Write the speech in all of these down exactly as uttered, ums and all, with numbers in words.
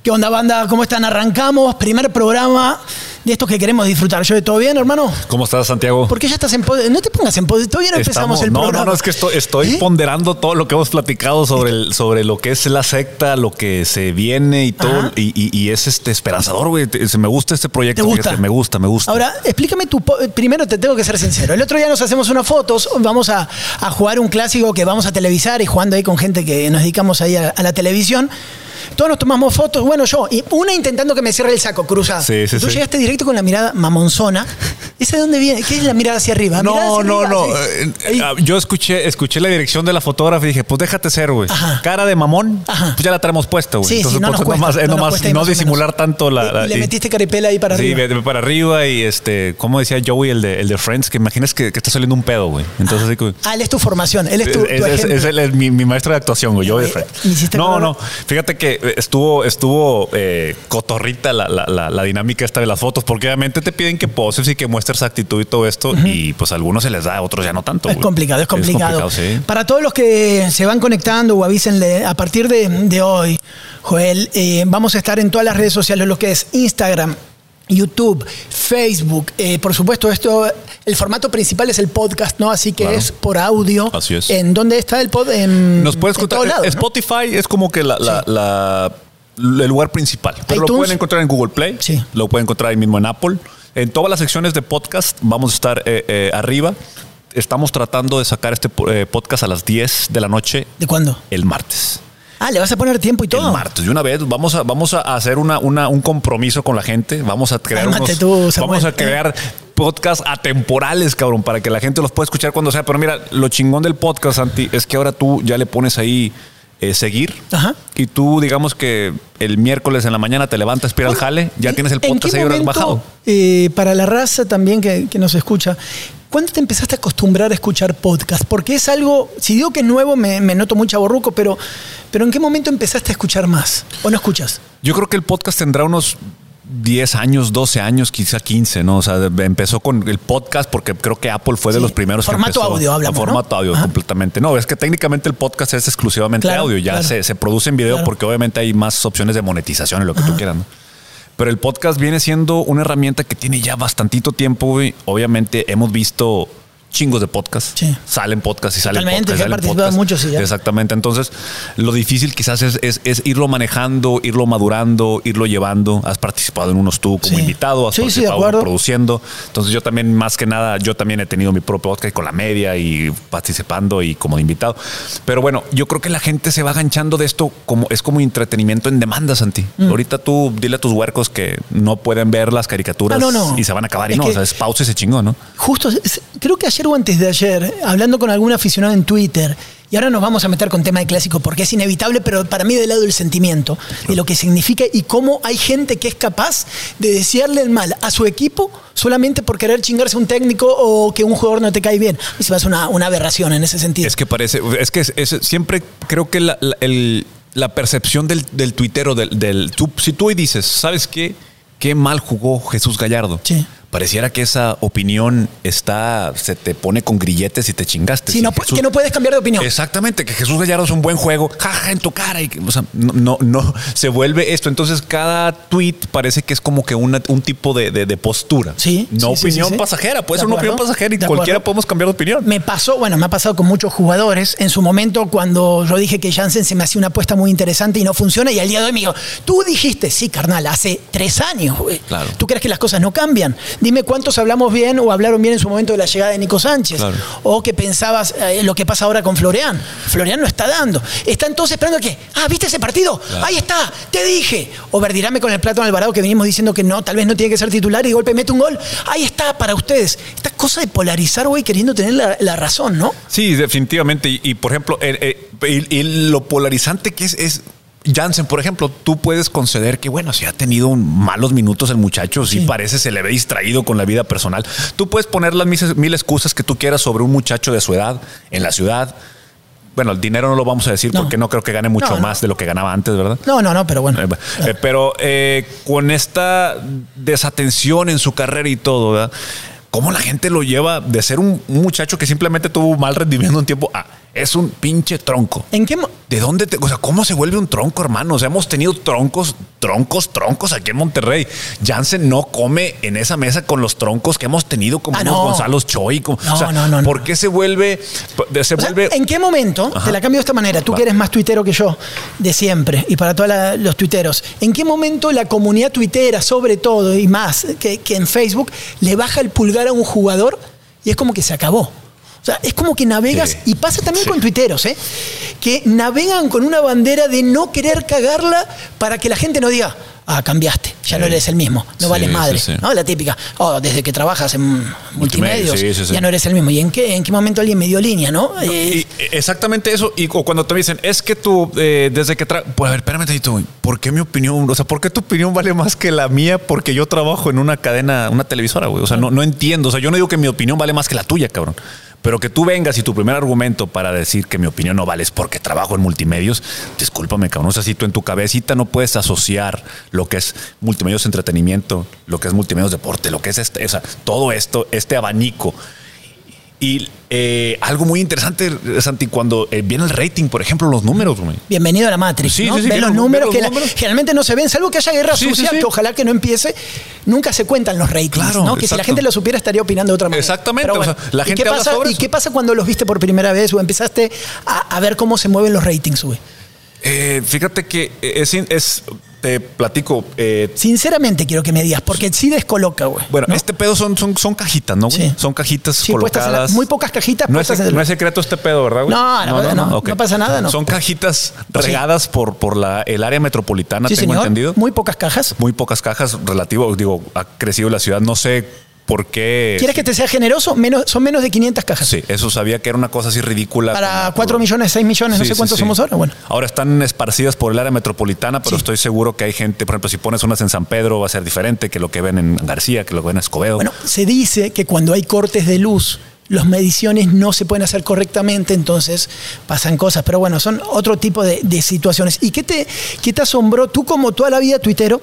¿Qué onda, banda? ¿Cómo están? Arrancamos. Primer programa de estos que queremos disfrutar. ¿Yo todo bien, hermano? ¿Cómo estás, Santiago? ¿Por qué ya estás en poder? No te pongas en poder. Todavía no empezamos Estamos, el no, programa. No, no, es que estoy, estoy ¿Eh? ponderando todo lo que hemos platicado sobre, el, sobre lo que es la secta, lo que se viene y todo. Y, y, y es este esperanzador, güey. Me gusta este proyecto. ¿Te gusta? Fíjate, me gusta, me gusta. Ahora, explícame tu... Primero te tengo que ser sincero. El otro día nos hacemos unas fotos. Vamos a, a jugar un clásico que vamos a televisar y jugando ahí con gente que nos dedicamos ahí a, a la televisión. Todos nos tomamos fotos, bueno, yo, y una intentando que me cierre el saco, cruzada. Sí, sí, Tú sí. llegaste directo con la mirada mamonzona. ¿Esa de dónde viene? ¿Qué es la mirada hacia arriba? No, hacia no, arriba, no. sí. Eh, yo escuché, escuché la dirección de la fotógrafa y dije, pues déjate ser, güey. Ajá. Cara de mamón, Ajá. pues ya la traemos puesta, güey. Sí, Entonces, sí, no pues, nos cuesta, nomás, es no nos nomás cuesta, no más o disimular menos. tanto la... la Y le y, metiste caripela ahí para sí, arriba. Sí, para arriba y este, como decía Joey, el de, el de Friends, que imaginas que, que está saliendo un pedo, güey. Entonces, así que... Ah, él es tu formación, él es tu, Es, tu es, ejemplo. es, el, es mi, mi maestro de actuación, güey. Yo de No, no. Fíjate que estuvo, estuvo eh, cotorrita la, la, la, la dinámica esta de las fotos, porque obviamente te piden que poses y que muestres actitud y todo esto, uh-huh. y pues a algunos se les da, a otros ya no tanto. Es güey. complicado, es complicado. Es complicado, sí. Para todos los que se van conectando o avísenle, a partir de, de hoy, Joel, eh, vamos a estar en todas las redes sociales, lo que es Instagram, YouTube, Facebook, eh, por supuesto esto, el formato principal es el podcast, ¿no? Así que claro. Es por audio. Así es. ¿En dónde está el pod? En, Nos puedes en todos lados, Spotify, ¿no? Es como que la, la, sí. la, el lugar principal. Pero iTunes. Lo pueden encontrar en Google Play, sí. Lo pueden encontrar ahí mismo en Apple. En todas las secciones de podcast vamos a estar eh, eh, arriba. Estamos tratando de sacar este eh, podcast a las diez de la noche. ¿De cuándo? El martes. Ah, ¿le vas a poner tiempo y todo? El martes, de una vez. Vamos a, vamos a hacer una, una, un compromiso con la gente. Vamos a crear Cálmate unos, tú, vamos a crear podcasts atemporales, cabrón, para que la gente los pueda escuchar cuando sea. Pero mira, lo chingón del podcast, Santi, es que ahora tú ya le pones ahí eh, seguir. Ajá. Y tú, digamos que el miércoles en la mañana te levantas, para el jale, ya tienes el podcast ahí ahora bajado. Eh, para la raza también que, que nos escucha, ¿cuándo te empezaste a acostumbrar a escuchar podcast? Porque es algo, si digo que es nuevo, me, me noto muy chavorruco, pero, pero ¿en qué momento empezaste a escuchar más? ¿O no escuchas? Yo creo que el podcast tendrá unos diez años, doce años, quizá quince, ¿no? O sea, empezó con el podcast porque creo que Apple fue sí. de los primeros formato que empezó. Audio, hablamos, formato ¿no? audio, Ajá. completamente. No, es que técnicamente el podcast es exclusivamente claro, audio. Ya claro. se, se produce en video claro. porque obviamente hay más opciones de monetización en lo que Ajá. tú quieras, ¿no? Pero el podcast viene siendo una herramienta que tiene ya bastantito tiempo, güey. Obviamente hemos visto chingos de podcasts. Sí. Salen podcasts y salen Totalmente, podcasts. Totalmente, que he participado mucho, sí. Ya. Exactamente. Entonces, lo difícil quizás es, es, es irlo manejando, irlo madurando, irlo llevando. Has participado en unos tú como sí. invitado, has sí, participado sí, produciendo. Entonces, yo también, más que nada, yo también he tenido mi propio podcast con la media y participando y como invitado. Pero bueno, yo creo que la gente se va aganchando de esto como es como entretenimiento en demanda, Santi. Mm. Ahorita tú dile a tus huercos que no pueden ver las caricaturas ah, no, no. y se van a acabar. Es y no, o sea, es pausa y se chingó, ¿no? Justo, creo que ayer o antes de ayer, hablando con algún aficionado en Twitter, y ahora nos vamos a meter con tema de clásico porque es inevitable, pero para mí del lado del sentimiento, de lo que significa y cómo hay gente que es capaz de desearle el mal a su equipo solamente por querer chingarse a un técnico o que un jugador no te cae bien. Y se va a hacer una, una aberración en ese sentido. Es que parece, es que es, es, siempre creo que la, la, el, la percepción del, del tuitero, del, del tú, si tú hoy dices, ¿sabes qué? Qué mal jugó Jesús Gallardo. Sí. Pareciera que esa opinión está, se te pone con grilletes y te chingaste. Sí, no, Jesús, que no puedes cambiar de opinión. Exactamente, que Jesús Gallardo es un buen juego, jaja, en tu cara. Y, o sea, no, no, no, se vuelve esto. Entonces, cada tweet parece que es como que una, un tipo de, de, de postura. Sí. No sí, opinión sí, sí, pasajera, puede ser una opinión pasajera y cualquiera podemos cambiar de opinión. Me pasó, bueno, me ha pasado con muchos jugadores. En su momento, cuando yo dije que Jansen se me hacía una apuesta muy interesante y no funciona, y al día de hoy me dijo, tú dijiste, sí, carnal, hace tres años, güey. Claro. ¿Tú crees que las cosas no cambian? Dime cuántos hablamos bien o hablaron bien en su momento de la llegada de Nico Sánchez, claro. o que pensabas eh, lo que pasa ahora con Florian. Florian no está dando. Están todos esperando que, ah, ¿viste ese partido? Claro. Ahí está, te dije. O Verdirame con el Platón Alvarado, que venimos diciendo que no, tal vez no tiene que ser titular y de golpe mete un gol. Ahí está para ustedes. Esta cosa de polarizar, güey, queriendo tener la, la razón, ¿no? Sí, definitivamente. Y, y por ejemplo, eh, eh, y, y lo polarizante que es, es Jansen, por ejemplo, tú puedes conceder que, bueno, si ha tenido un malos minutos el muchacho, si sí. parece se le ve distraído con la vida personal. Tú puedes poner las mil, mil excusas que tú quieras sobre un muchacho de su edad en la ciudad. Bueno, el dinero no lo vamos a decir no. porque no creo que gane mucho no, no. más de lo que ganaba antes, ¿verdad? No, no, no, pero bueno. Eh, eh, pero eh, con esta desatención en su carrera y todo, ¿verdad? ¿Cómo la gente lo lleva de ser un, un muchacho que simplemente tuvo mal rendimiento un tiempo a es un pinche tronco. ¿En qué? Mo- ¿De dónde te, o sea, cómo se vuelve un tronco, hermano? O sea, hemos tenido troncos, troncos, troncos aquí en Monterrey. Jansen no come en esa mesa con los troncos que hemos tenido como Ah, unos no. Gonzalo Choi. Como, No, o sea, no, no, ¿por no. qué se vuelve, se O sea, vuelve? ¿en qué momento? Ajá. Te la cambio de esta manera. Tú Va. que eres más tuitero que yo, de siempre, y para todos la- los tuiteros. ¿En qué momento la comunidad tuitera, sobre todo, y más que, que en Facebook, le baja el pulgar a un jugador y es como que se acabó? O sea, es como que navegas, Sí. y pasa también Sí. con tuiteros, ¿eh? Que navegan con una bandera de no querer cagarla para que la gente no diga, ah, cambiaste, ya Sí. no eres el mismo, no Sí, vales madre. sí, sí. ¿No? La típica, oh, desde que trabajas en multimedios, sí, sí, sí. ya no eres el mismo. ¿Y en qué, en qué momento alguien me dio línea, no? Eh, Y exactamente eso. Y o cuando te dicen, es que tú, eh, desde que... Tra pues a ver, espérame tantito, güey. ¿Por qué mi opinión? O sea, ¿por qué tu opinión vale más que la mía? Porque yo trabajo en una cadena, una televisora, güey. O sea, no, no entiendo. O sea, yo no digo que mi opinión vale más que la tuya, cabrón. Pero que tú vengas y tu primer argumento para decir que mi opinión no vale es porque trabajo en multimedios, discúlpame, cabrón. O sea, si tú en tu cabecita no puedes asociar lo que es multimedios entretenimiento, lo que es multimedios deporte, lo que es este, o sea, todo esto, este abanico. Y eh, algo muy interesante, Santi, cuando eh, viene el rating, por ejemplo, los números, güey. Bienvenido a la Matrix, Sí, ¿no? sí, sí, Ven que los no- números ven que los la- números. generalmente no se ven, salvo que haya guerra Sí, sí, sucia, sí. que ojalá que no empiece. Nunca se cuentan los ratings, Claro, ¿no? Que si la exacto. gente lo supiera estaría opinando de otra manera. Exactamente, Pero o sea, la ¿y gente qué habla pasa, sobre ¿Y eso? qué pasa cuando los viste por primera vez o empezaste a, a ver cómo se mueven los ratings, güey? Eh, fíjate que es, es te platico. Eh, Sinceramente quiero que me digas, porque sí descoloca, güey. bueno, ¿no? este pedo son, son, son cajitas, ¿no, güey? Sí. Son cajitas Sí, puestas en la- colocadas. muy pocas cajitas No es, puestas en el- no es secreto este pedo, ¿verdad, güey? No, no, no, no, no pasa nada, no. Son cajitas regadas por, por la, el área metropolitana, Sí, tengo señor. entendido. Muy pocas cajas. Muy pocas cajas, relativo, digo, ha crecido la ciudad, no sé por qué. ¿Quieres que te sea generoso? Menos, son menos de quinientas cajas. Sí, eso sabía que era una cosa así ridícula. Para como- cuatro millones, seis millones, no Sí, sé sí, cuántos sí. somos ahora. Bueno. Ahora están esparcidas por el área metropolitana, pero Sí. estoy seguro que hay gente, por ejemplo, si pones unas en San Pedro va a ser diferente que lo que ven en García, que lo que ven en Escobedo. Bueno, se dice que cuando hay cortes de luz, las mediciones no se pueden hacer correctamente, entonces pasan cosas. Pero bueno, son otro tipo de, de situaciones. ¿Y qué te, qué te asombró tú como toda la vida tuitero?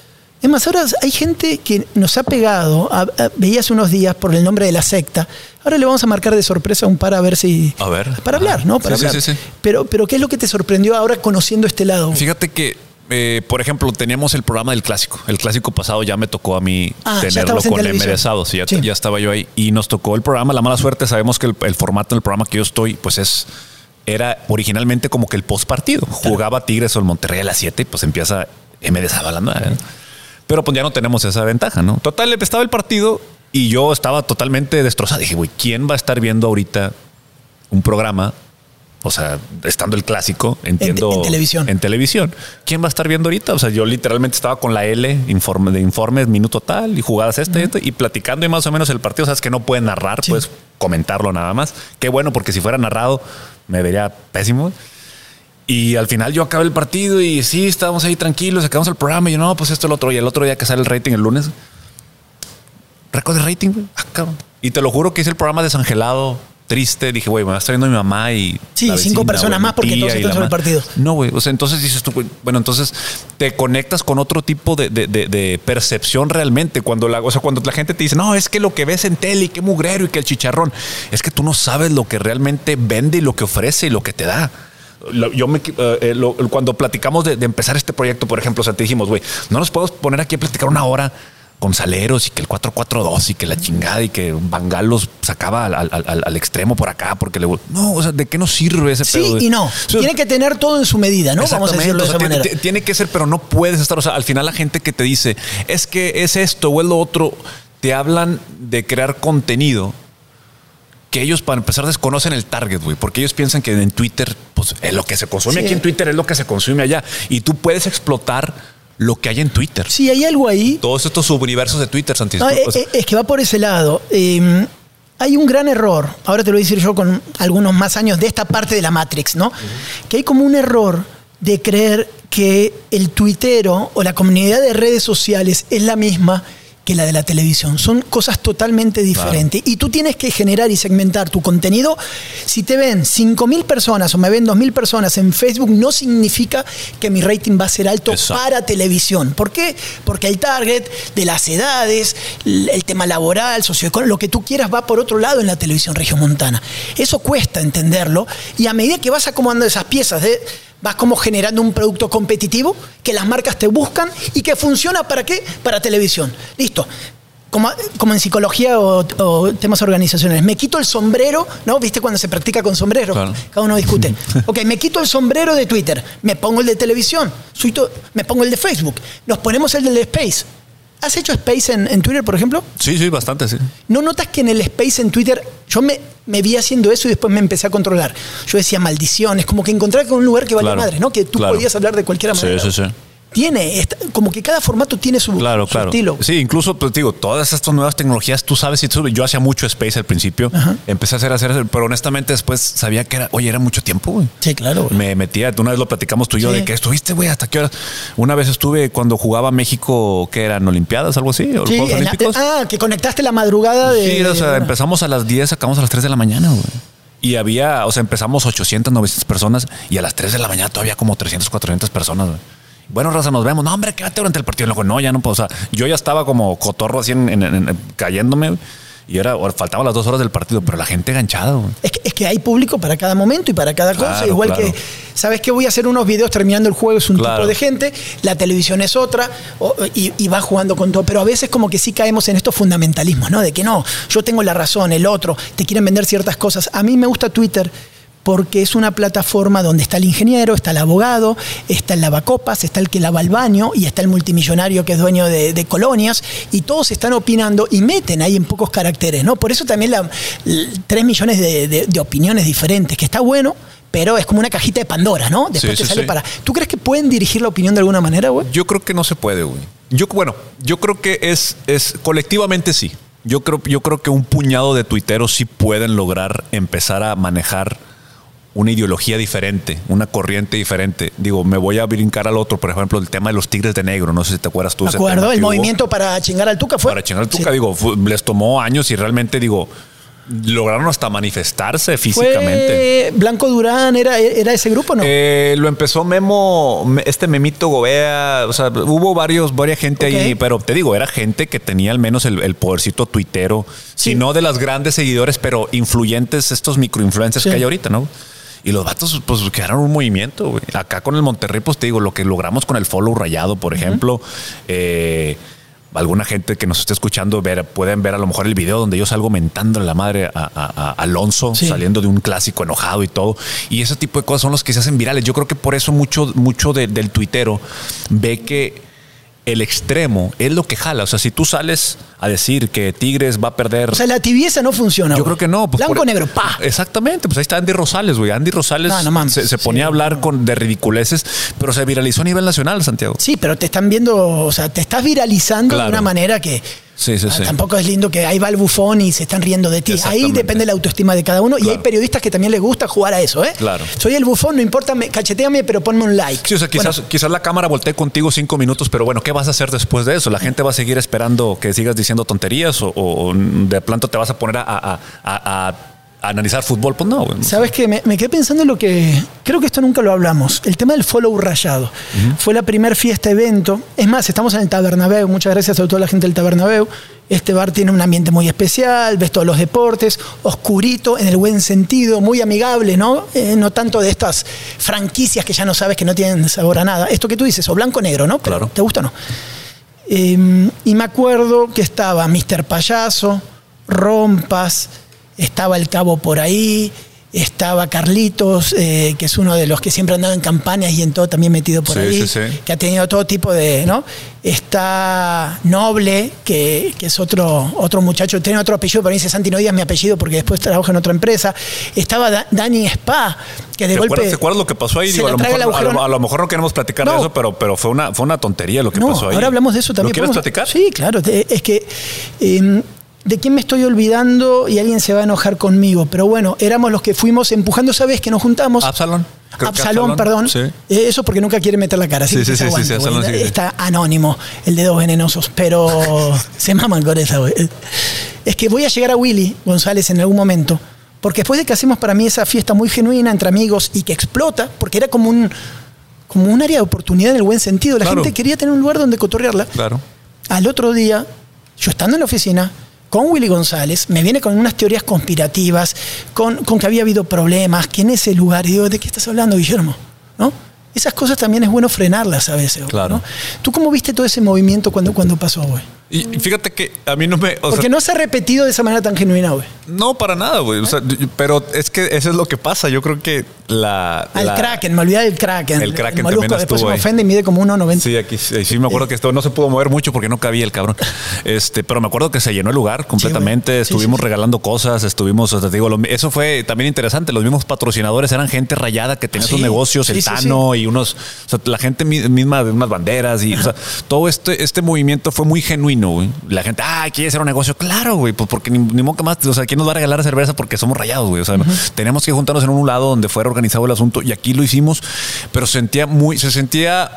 Es más, ahora hay gente que nos ha pegado, a- a- veía hace unos días por el nombre de la secta. Ahora le vamos a marcar de sorpresa a un par a ver si... A ver. Para hablar, ¿no? Para Sí, sí, hablar. sí, sí. Pero, pero ¿qué es lo que te sorprendió ahora conociendo este lado? Fíjate que, eh, por ejemplo, teníamos el programa del clásico. El clásico pasado ya me tocó a mí Ah, ya tenerlo estabas en con televisión. M D Sado. Sí, ya, Sí. ya estaba yo ahí. Y nos tocó el programa. La mala suerte, sabemos que el, el formato del programa que yo estoy, pues es... Era originalmente como que el post partido. Jugaba Tigres o el Monterrey a las siete y pues empieza M D Sado a las nueve, ¿no? Pero pues ya no tenemos esa ventaja, ¿no? Total, estaba el partido y yo estaba totalmente destrozado. Dije, güey, ¿quién va a estar viendo ahorita un programa? O sea, estando el clásico, entiendo. En, en televisión. En televisión. ¿Quién va a estar viendo ahorita? O sea, yo literalmente estaba con la L informe, de informes, minuto tal, y jugadas esta y esta, y platicando y más o menos el partido. Sabes que no puedes narrar, Sí. puedes comentarlo nada más. Qué bueno, porque si fuera narrado, me vería pésimo. Y al final yo acabé el partido y sí, estábamos ahí tranquilos, acabamos el programa y yo, no, pues esto, el otro. Y el otro día que sale el rating el lunes, récord de rating, güey. Ah, cabrón. Y te lo juro que hice el programa desangelado, triste. Dije, güey, me va a estar viendo mi mamá y... Sí, la cinco personas güey, más porque mi todos tía y están la sobre el ma- partido. No, güey. O sea, entonces dices tú, güey, bueno, entonces te conectas con otro tipo de, de, de, de percepción realmente. Cuando la, o sea, cuando la gente te dice, no, es que lo que ves en tele y qué mugrero y que el chicharrón, es que tú no sabes lo que realmente vende y lo que ofrece y lo que te da. Lo- Yo me, eh, lo- cuando platicamos de, de empezar este proyecto, por ejemplo, o sea, te dijimos, güey, no nos podemos poner aquí a platicar una hora con Saleros y que el cuatro cuatro dos y que la chingada y que Van Gaal los sacaba al, al- al- al extremo por acá porque le... No, o sea, ¿de qué nos sirve ese Sí pedo? y no. O sea, Tiene que tener todo en su medida, ¿no? Vamos a decirlo de Exactamente, o sea, esa tiene, manera. ti- tiene que ser, pero no puedes estar. O sea, al final la gente que te dice es que es esto o es lo otro, te hablan de crear contenido que ellos para empezar desconocen el target, güey, porque ellos piensan que en Twitter, pues es lo que se consume Sí. aquí en Twitter, es lo que se consume allá. Y tú puedes explotar lo que hay en Twitter. Sí, hay algo ahí. Todos estos subuniversos de Twitter, Santi. No, O eh, sea, eh, es que va por ese lado. Eh, hay un gran error, ahora te lo voy a decir yo con algunos más años de esta parte de la Matrix, ¿no? Uh-huh. Que hay como un error de creer que el tuitero o la comunidad de redes sociales es la misma que la de la televisión. Son cosas totalmente diferentes. Claro. Y tú tienes que generar y segmentar tu contenido. Si te ven cinco mil personas o me ven dos mil personas en Facebook, no significa que mi rating va a ser alto. Exacto. Para televisión. ¿Por qué? Porque el target de las edades, el tema laboral, socioeconómico, lo que tú quieras va por otro lado en la televisión regiomontana. Eso cuesta entenderlo, y a medida que vas acomodando esas piezas de... vas como generando un producto competitivo que las marcas te buscan y que funciona ¿para qué? Para televisión. Listo. Como, como en psicología o, o temas organizacionales. Me quito el sombrero, ¿no? ¿Viste cuando se practica con sombrero? Claro. Cada uno discute. Ok, me quito el sombrero de Twitter, me pongo el de televisión, me pongo el de Facebook, nos ponemos el del Space. ¿Has hecho Space en, en Twitter, por ejemplo? Sí, sí, bastante, sí. ¿No notas que en el Space en Twitter yo me, me vi haciendo eso y después me empecé a controlar? Yo decía maldiciones, como que encontré con un lugar que valía claro, madre, ¿no? Que tú claro. podías hablar de cualquier manera. Sí, sí, sí. Tiene, como que cada formato tiene su, claro, su claro. estilo. Sí, incluso, pues digo, todas estas nuevas tecnologías, tú sabes, yo hacía mucho Space al principio, ajá. empecé a hacer, hacer, pero honestamente después sabía que era, oye, era mucho tiempo, güey. Sí, claro. Güey. Me metía, una vez lo platicamos tú y yo, sí. de que estuviste, güey, ¿hasta qué hora? Una vez estuve cuando jugaba México, ¿qué eran? ¿Olimpiadas? ¿Algo así? ¿O sí, Juegos Olímpicos? La, ah, que conectaste la madrugada de... Sí, o sea, bueno. empezamos a las diez, acabamos a las tres de la mañana, güey. Y había, o sea, empezamos ochocientas, novecientas personas y a las tres de la mañana todavía como trescientas, cuatrocientas personas, güey. Bueno, raza, nos vemos. No, hombre, quédate durante el partido. Luego, no, ya no puedo. O sea, yo ya estaba como cotorro así en, en, en, cayéndome. Y era, faltaban las dos horas del partido, pero la gente enganchada. Güey. Es que, es que hay público para cada momento y para cada cosa. Claro, Igual claro. que, ¿sabes qué? Voy a hacer unos videos terminando el juego, es un claro. tipo de gente, la televisión es otra, o, y, y va jugando con todo. Pero a veces como que sí caemos en estos fundamentalismos, ¿no? De que no, yo tengo la razón, el otro, te quieren vender ciertas cosas. A mí me gusta Twitter porque es una plataforma donde está el ingeniero, está el abogado, está el lavacopas, está el que lava el baño y está el multimillonario que es dueño de, de colonias, y todos están opinando y meten ahí en pocos caracteres, ¿no? Por eso también la, tres millones de, de, de opiniones diferentes, que está bueno, pero es como una cajita de Pandora, ¿no? Después sí, te sí, sale sí. para... ¿Tú crees que pueden dirigir la opinión de alguna manera, güey? Yo creo que no se puede, güey. Yo, bueno, yo creo que es, es colectivamente sí. Yo creo, yo creo que un puñado de tuiteros sí pueden lograr empezar a manejar una ideología diferente, una corriente diferente. Digo, me voy a brincar al otro, por ejemplo, el tema de los Tigres de Negro. No sé si te acuerdas tú. Me acuerdo, el movimiento hubo. para chingar al Tuca fue. Para chingar al Tuca, sí. digo, fue, les tomó años y realmente, digo, lograron hasta manifestarse físicamente. ¿Fue Blanco Durán? ¿Era, era ese grupo, no? Eh, lo empezó Memo, este Memito Gobea, o sea, hubo varios, varias gente okay. ahí, pero te digo, era gente que tenía al menos el, el podercito tuitero, sí. si no de las grandes seguidores, pero influyentes, estos microinfluencers sí. que hay ahorita, ¿no? Y los vatos, pues, crearon un movimiento, güey. Acá con el Monterrey, pues, te digo, lo que logramos con el follow rayado, por uh-huh. ejemplo. Eh, alguna gente que nos esté escuchando ver, pueden ver a lo mejor el video donde yo salgo mentándole la madre a, a, a Alonso, sí. saliendo de un clásico enojado y todo. Y ese tipo de cosas son los que se hacen virales. Yo creo que por eso mucho, mucho de, del tuitero ve que el extremo es lo que jala. O sea, si tú sales a decir que Tigres va a perder... O sea, la tibieza no funciona. Yo güey. creo que no. Pues Blanco, por... negro, pa. Exactamente. Pues ahí está Andy Rosales, güey. Andy Rosales no, no se, se ponía sí, a hablar no. con, de ridiculeces, pero se viralizó a nivel nacional, Santiago. Sí, pero te están viendo... O sea, te estás viralizando claro. de una manera que... Sí, sí, ah, sí. Tampoco es lindo que ahí va el bufón y se están riendo de ti. Ahí depende la autoestima de cada uno. Claro. Y hay periodistas que también les gusta jugar a eso, ¿eh? Claro. Soy el bufón, no importa, me, cacheteame, pero ponme un like. Sí, o sea, quizás, bueno. quizás la cámara voltee contigo cinco minutos, pero bueno, ¿qué vas a hacer después de eso? La gente va a seguir esperando que sigas diciendo tonterías o, o de pronto te vas a poner a, a, a, a, a analizar fútbol. Pues no, güey. ¿Sabes qué? Me, me quedé pensando en lo que... Creo que esto nunca lo hablamos. El tema del follow rayado. Uh-huh. Fue la primer fiesta, evento. Es más, estamos en el Tabernabéu. Muchas gracias a toda la gente del Tabernabéu. Este bar tiene un ambiente muy especial, ves todos los deportes, oscurito, en el buen sentido, muy amigable, ¿no? Eh, no tanto de estas franquicias que ya no sabes que no tienen sabor a nada. Esto que tú dices, o blanco-negro, ¿no? Pero, claro. ¿te gusta o no? Eh, y me acuerdo que estaba míster Payaso, Rompas, estaba el Cabo por ahí, estaba Carlitos, eh, que es uno de los que siempre andaba en campañas y en todo también metido por sí, ahí, sí, sí. que ha tenido todo tipo de, ¿no? Está Noble, que, que es otro, otro muchacho, tiene otro apellido, pero dice Santi, no digas mi apellido porque después trabaja en otra empresa. Estaba da, Dani Spa, que de ¿Te golpe... Acuerdas, ¿Te acuerdas lo que pasó ahí? Digo, a, lo mejor, a, lo, a lo mejor no queremos platicar no. de eso, pero, pero fue, una, fue una tontería lo que no, pasó ahí. Ahora hablamos de eso también. ¿Lo quieres platicar? Sí, claro. Es que... Eh, ¿de quién me estoy olvidando? Y alguien se va a enojar conmigo. Pero bueno, éramos los que fuimos empujando, ¿sabes? Que nos juntamos. Absalón. Creo Absalón, perdón. Sí. Eso porque nunca quiere meter la cara. Así sí, que sí, sí, aguante, sí, sí, sí, está anónimo, el de Dedos Venenosos. Pero se maman con esa, güey. Es que voy a llegar a Willy González en algún momento. Porque después de que hacemos para mí esa fiesta muy genuina entre amigos y que explota, porque era como un, como un área de oportunidad en el buen sentido. La claro. gente quería tener un lugar donde cotorrearla. Claro. Al otro día, yo estando en la oficina con Willy González, me viene con unas teorías conspirativas, con, con que había habido problemas, que en ese lugar, y digo, ¿de qué estás hablando, Guillermo? ¿No? Esas cosas también es bueno frenarlas a veces. Claro. ¿No? ¿Tú cómo viste todo ese movimiento cuando, cuando pasó, güey? Y fíjate que a mí no me... O Porque sea, no se ha repetido de esa manera tan genuina, güey. No, para nada, güey. O sea, pero es que eso es lo que pasa. Yo creo que la... El la, Kraken, me olvidé del Kraken. El Kraken el molusco, también después estuvo se me ahí. ofende y mide como uno noventa. Sí, aquí sí, sí me acuerdo que esto no se pudo mover mucho porque no cabía el cabrón. Este, pero me acuerdo que se llenó el lugar completamente. Sí, estuvimos sí, sí, regalando cosas, estuvimos... O sea, te digo, lo, eso fue también interesante. Los mismos patrocinadores eran gente rayada que tenía sí, sus negocios, sí, el sí, Tano sí. y unos... O sea, la gente misma de unas banderas y... O sea, todo este, este movimiento fue muy genuino, güey. La gente... Ah, ¿quieres hacer un negocio? Claro, güey, pues porque ni, ni modo que más, o sea, ¿quién nos va a regalar cerveza? Porque somos rayados, güey. O sea, uh-huh. tenemos que juntarnos en un lado donde fuera organizado el asunto y aquí lo hicimos, pero sentía muy, se sentía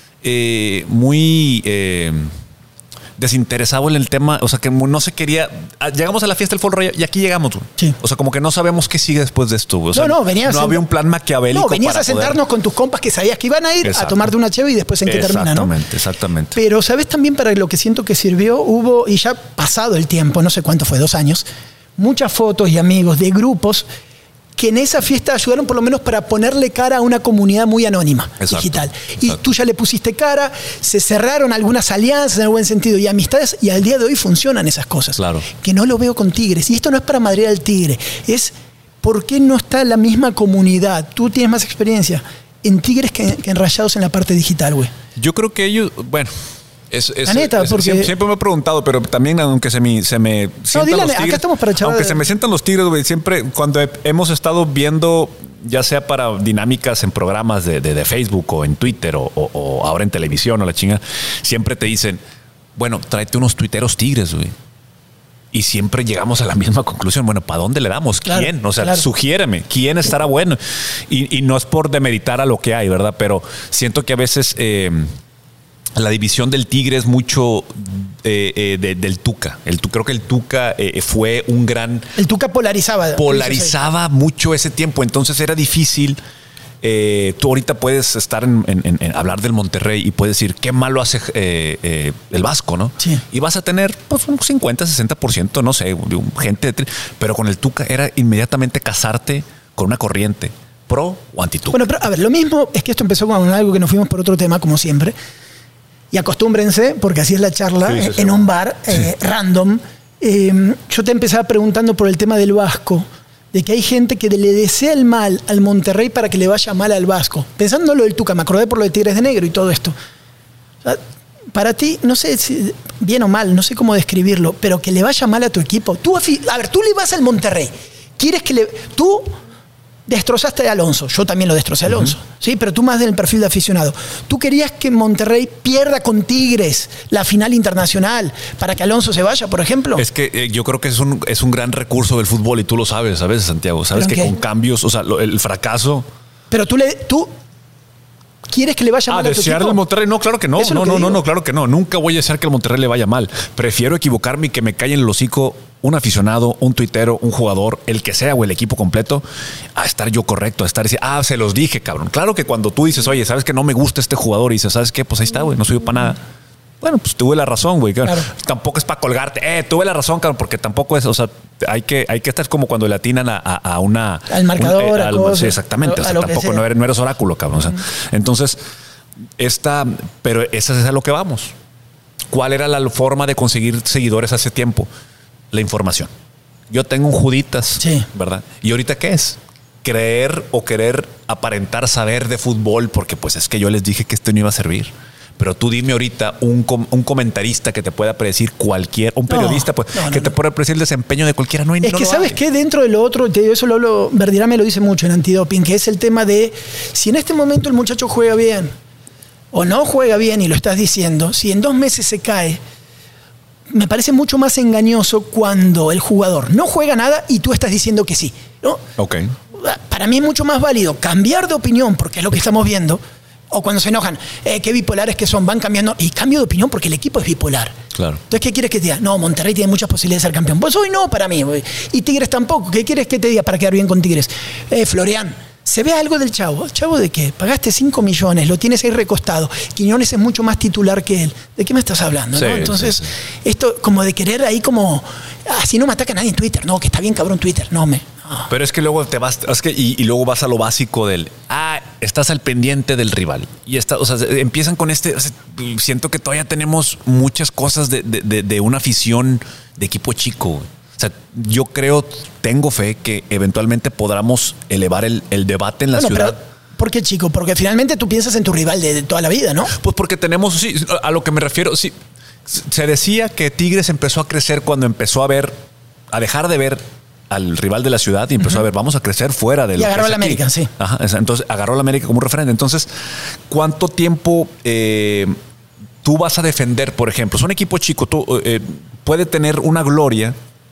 eh, muy eh, desinteresado en el tema, o sea, que no se quería. Llegamos a la fiesta del Foro Raya y aquí llegamos, güey. Sí. O sea, como que no sabemos qué sigue después de esto, güey. O sea, no, no, venías. No había un plan maquiavélico. No, venías para a sentarnos poder... con tus compas que sabías que iban a ir Exacto. a tomarte una cheve y después en qué termina, ¿no? Exactamente, exactamente. Pero, ¿sabes también para lo que siento que sirvió? Hubo, y ya pasado el tiempo, no sé cuánto fue, dos años, muchas fotos y amigos de grupos que en esa fiesta ayudaron por lo menos para ponerle cara a una comunidad muy anónima, exacto, digital. Y exacto. tú ya le pusiste cara, se cerraron algunas alianzas en el buen sentido y amistades, y al día de hoy funcionan esas cosas. Claro. Que no lo veo con Tigres. Y esto no es para madrear al Tigre, es por qué no está la misma comunidad. Tú tienes más experiencia en Tigres que, que en Rayados en la parte digital, güey. Yo creo que ellos, bueno... Es, es, la neta, es, porque... siempre, siempre me he preguntado, pero también aunque se me, se me no, dile, los tigres, acá estamos para aunque de... se me sientan los tigres, güey, siempre cuando he, hemos estado viendo, ya sea para dinámicas en programas de, de, de Facebook o en Twitter o, o, o ahora en televisión o la chinga, siempre te dicen, bueno, tráete unos tuiteros tigres, güey. Y siempre llegamos a la misma conclusión. Bueno, ¿para dónde le damos? Claro, ¿quién? O sea, claro. sugiéreme. ¿Quién estará bueno? Y, y no es por demeritar a lo que hay, ¿verdad? Pero siento que a veces... Eh, la división del Tigre es mucho eh, eh, de, del Tuca. El, creo que el Tuca eh, fue un gran... El Tuca polarizaba. Polarizaba mucho ese tiempo. Entonces era difícil. Eh, tú ahorita puedes estar en, en, en hablar del Monterrey y puedes decir qué malo hace eh, eh, el Vasco, ¿no? Sí. Y vas a tener pues, un cincuenta, sesenta por ciento, no sé, gente. De, pero con el Tuca era inmediatamente casarte con una corriente pro o anti-Tuca. Bueno, pero a ver, lo mismo es que esto empezó con algo que nos fuimos por otro tema, como siempre. Y acostúmbrense, porque así es la charla, sí, sí, sí, en un bar sí. eh, random. Eh, yo te empezaba preguntando por el tema del Vasco, de que hay gente que le desea el mal al Monterrey para que le vaya mal al Vasco. Pensando en lo del Tuca, me acordé por lo de Tigres de Negro y todo esto. O sea, para ti, no sé si bien o mal, no sé cómo describirlo, pero que le vaya mal a tu equipo. Tú, a ver, tú le vas al Monterrey. ¿Quieres que le... Tú... destrozaste a Alonso, yo también lo destrocé a Alonso, uh-huh. ¿sí? Pero tú más del perfil de aficionado. ¿Tú querías que Monterrey pierda con Tigres la final internacional para que Alonso se vaya, por ejemplo? Es que eh, yo creo que es un, es un gran recurso del fútbol y tú lo sabes, ¿sabes, Santiago? Sabes que qué? Con cambios, o sea, lo, el fracaso... Pero tú le... Tú, ¿quieres que le vaya ah, mal a tu equipo? ¿Desearle al Monterrey? No, claro que no. No, que no, no, no, claro que no. Nunca voy a desear que el Monterrey le vaya mal. Prefiero equivocarme y que me calle en el hocico un aficionado, un tuitero, un jugador, el que sea o el equipo completo, a estar yo correcto, a estar diciendo, ah, se los dije, cabrón. Claro que cuando tú dices, oye, ¿sabes que no me gusta este jugador? Y dices, ¿sabes qué? Pues ahí está, güey, no soy para nada. Bueno, pues tuve la razón, güey. Claro. Tampoco es para colgarte. Eh, tuve la razón, cabrón, porque tampoco es, o sea, hay que, hay que estar como cuando le atinan a, a, a una... Al marcador, un, eh, a al, cosas, sí, exactamente. A, o sea, a tampoco no eres, no eres oráculo, cabrón. O sea, uh-huh. Entonces, esta, pero esa es a lo que vamos. ¿Cuál era la forma de conseguir seguidores hace tiempo? La información. Yo tengo un Juditas, sí. ¿verdad? ¿Y ahorita qué es? Creer o querer aparentar saber de fútbol, porque pues es que yo les dije que esto no iba a servir. Pero tú dime ahorita un, com- un comentarista que te pueda predecir cualquier, un periodista no, pues, no, no, que no. te pueda predecir el desempeño de cualquiera. No hay, es no que sabes qué, dentro de lo otro, te digo, eso lo hablo, Verdirá me lo dice mucho en Antidoping, que es el tema de si en este momento el muchacho juega bien o no juega bien y lo estás diciendo, si en dos meses se cae, me parece mucho más engañoso cuando el jugador no juega nada y tú estás diciendo que sí, ¿no? Okay. Para mí es mucho más válido cambiar de opinión, porque es lo que estamos viendo, o cuando se enojan, eh, qué bipolares que son, van cambiando, y cambio de opinión porque el equipo es bipolar. Claro. Entonces, ¿qué quieres que te diga? No, Monterrey tiene muchas posibilidades de ser campeón. Pues hoy no para mí, güey. Y Tigres tampoco. ¿Qué quieres que te diga para quedar bien con Tigres? Eh, Florian, ¿se ve algo del Chavo? ¿Chavo de qué? Pagaste cinco millones, lo tienes ahí recostado. Quiñones es mucho más titular que él. ¿De qué me estás hablando? Sí, ¿no? Entonces, sí, sí. esto como de querer ahí como... Así no me ataca nadie en Twitter. No, que está bien cabrón Twitter. No, me... No. Pero es que luego te vas, es que, y, y luego vas a lo básico del, ah, estás al pendiente del rival. Y está, o sea, empiezan con este, o sea, siento que todavía tenemos muchas cosas de, de, de, de una afición de equipo chico. O sea, yo creo, tengo fe que eventualmente podamos elevar el, el debate en la bueno, ciudad. Pero, ¿por qué, chico? Porque finalmente tú piensas en tu rival de, de toda la vida, ¿no? Pues porque tenemos, sí, a lo que me refiero, sí, se decía que Tigres empezó a crecer cuando empezó a ver, a dejar de ver al rival de la ciudad y empezó uh-huh. a ver, vamos a crecer fuera del... Y agarró a la América, sí. Ajá, entonces agarró a la América como un referente. Entonces, ¿cuánto tiempo eh, tú vas a defender, por ejemplo? Es un equipo chico, tú, eh, puede tener una gloria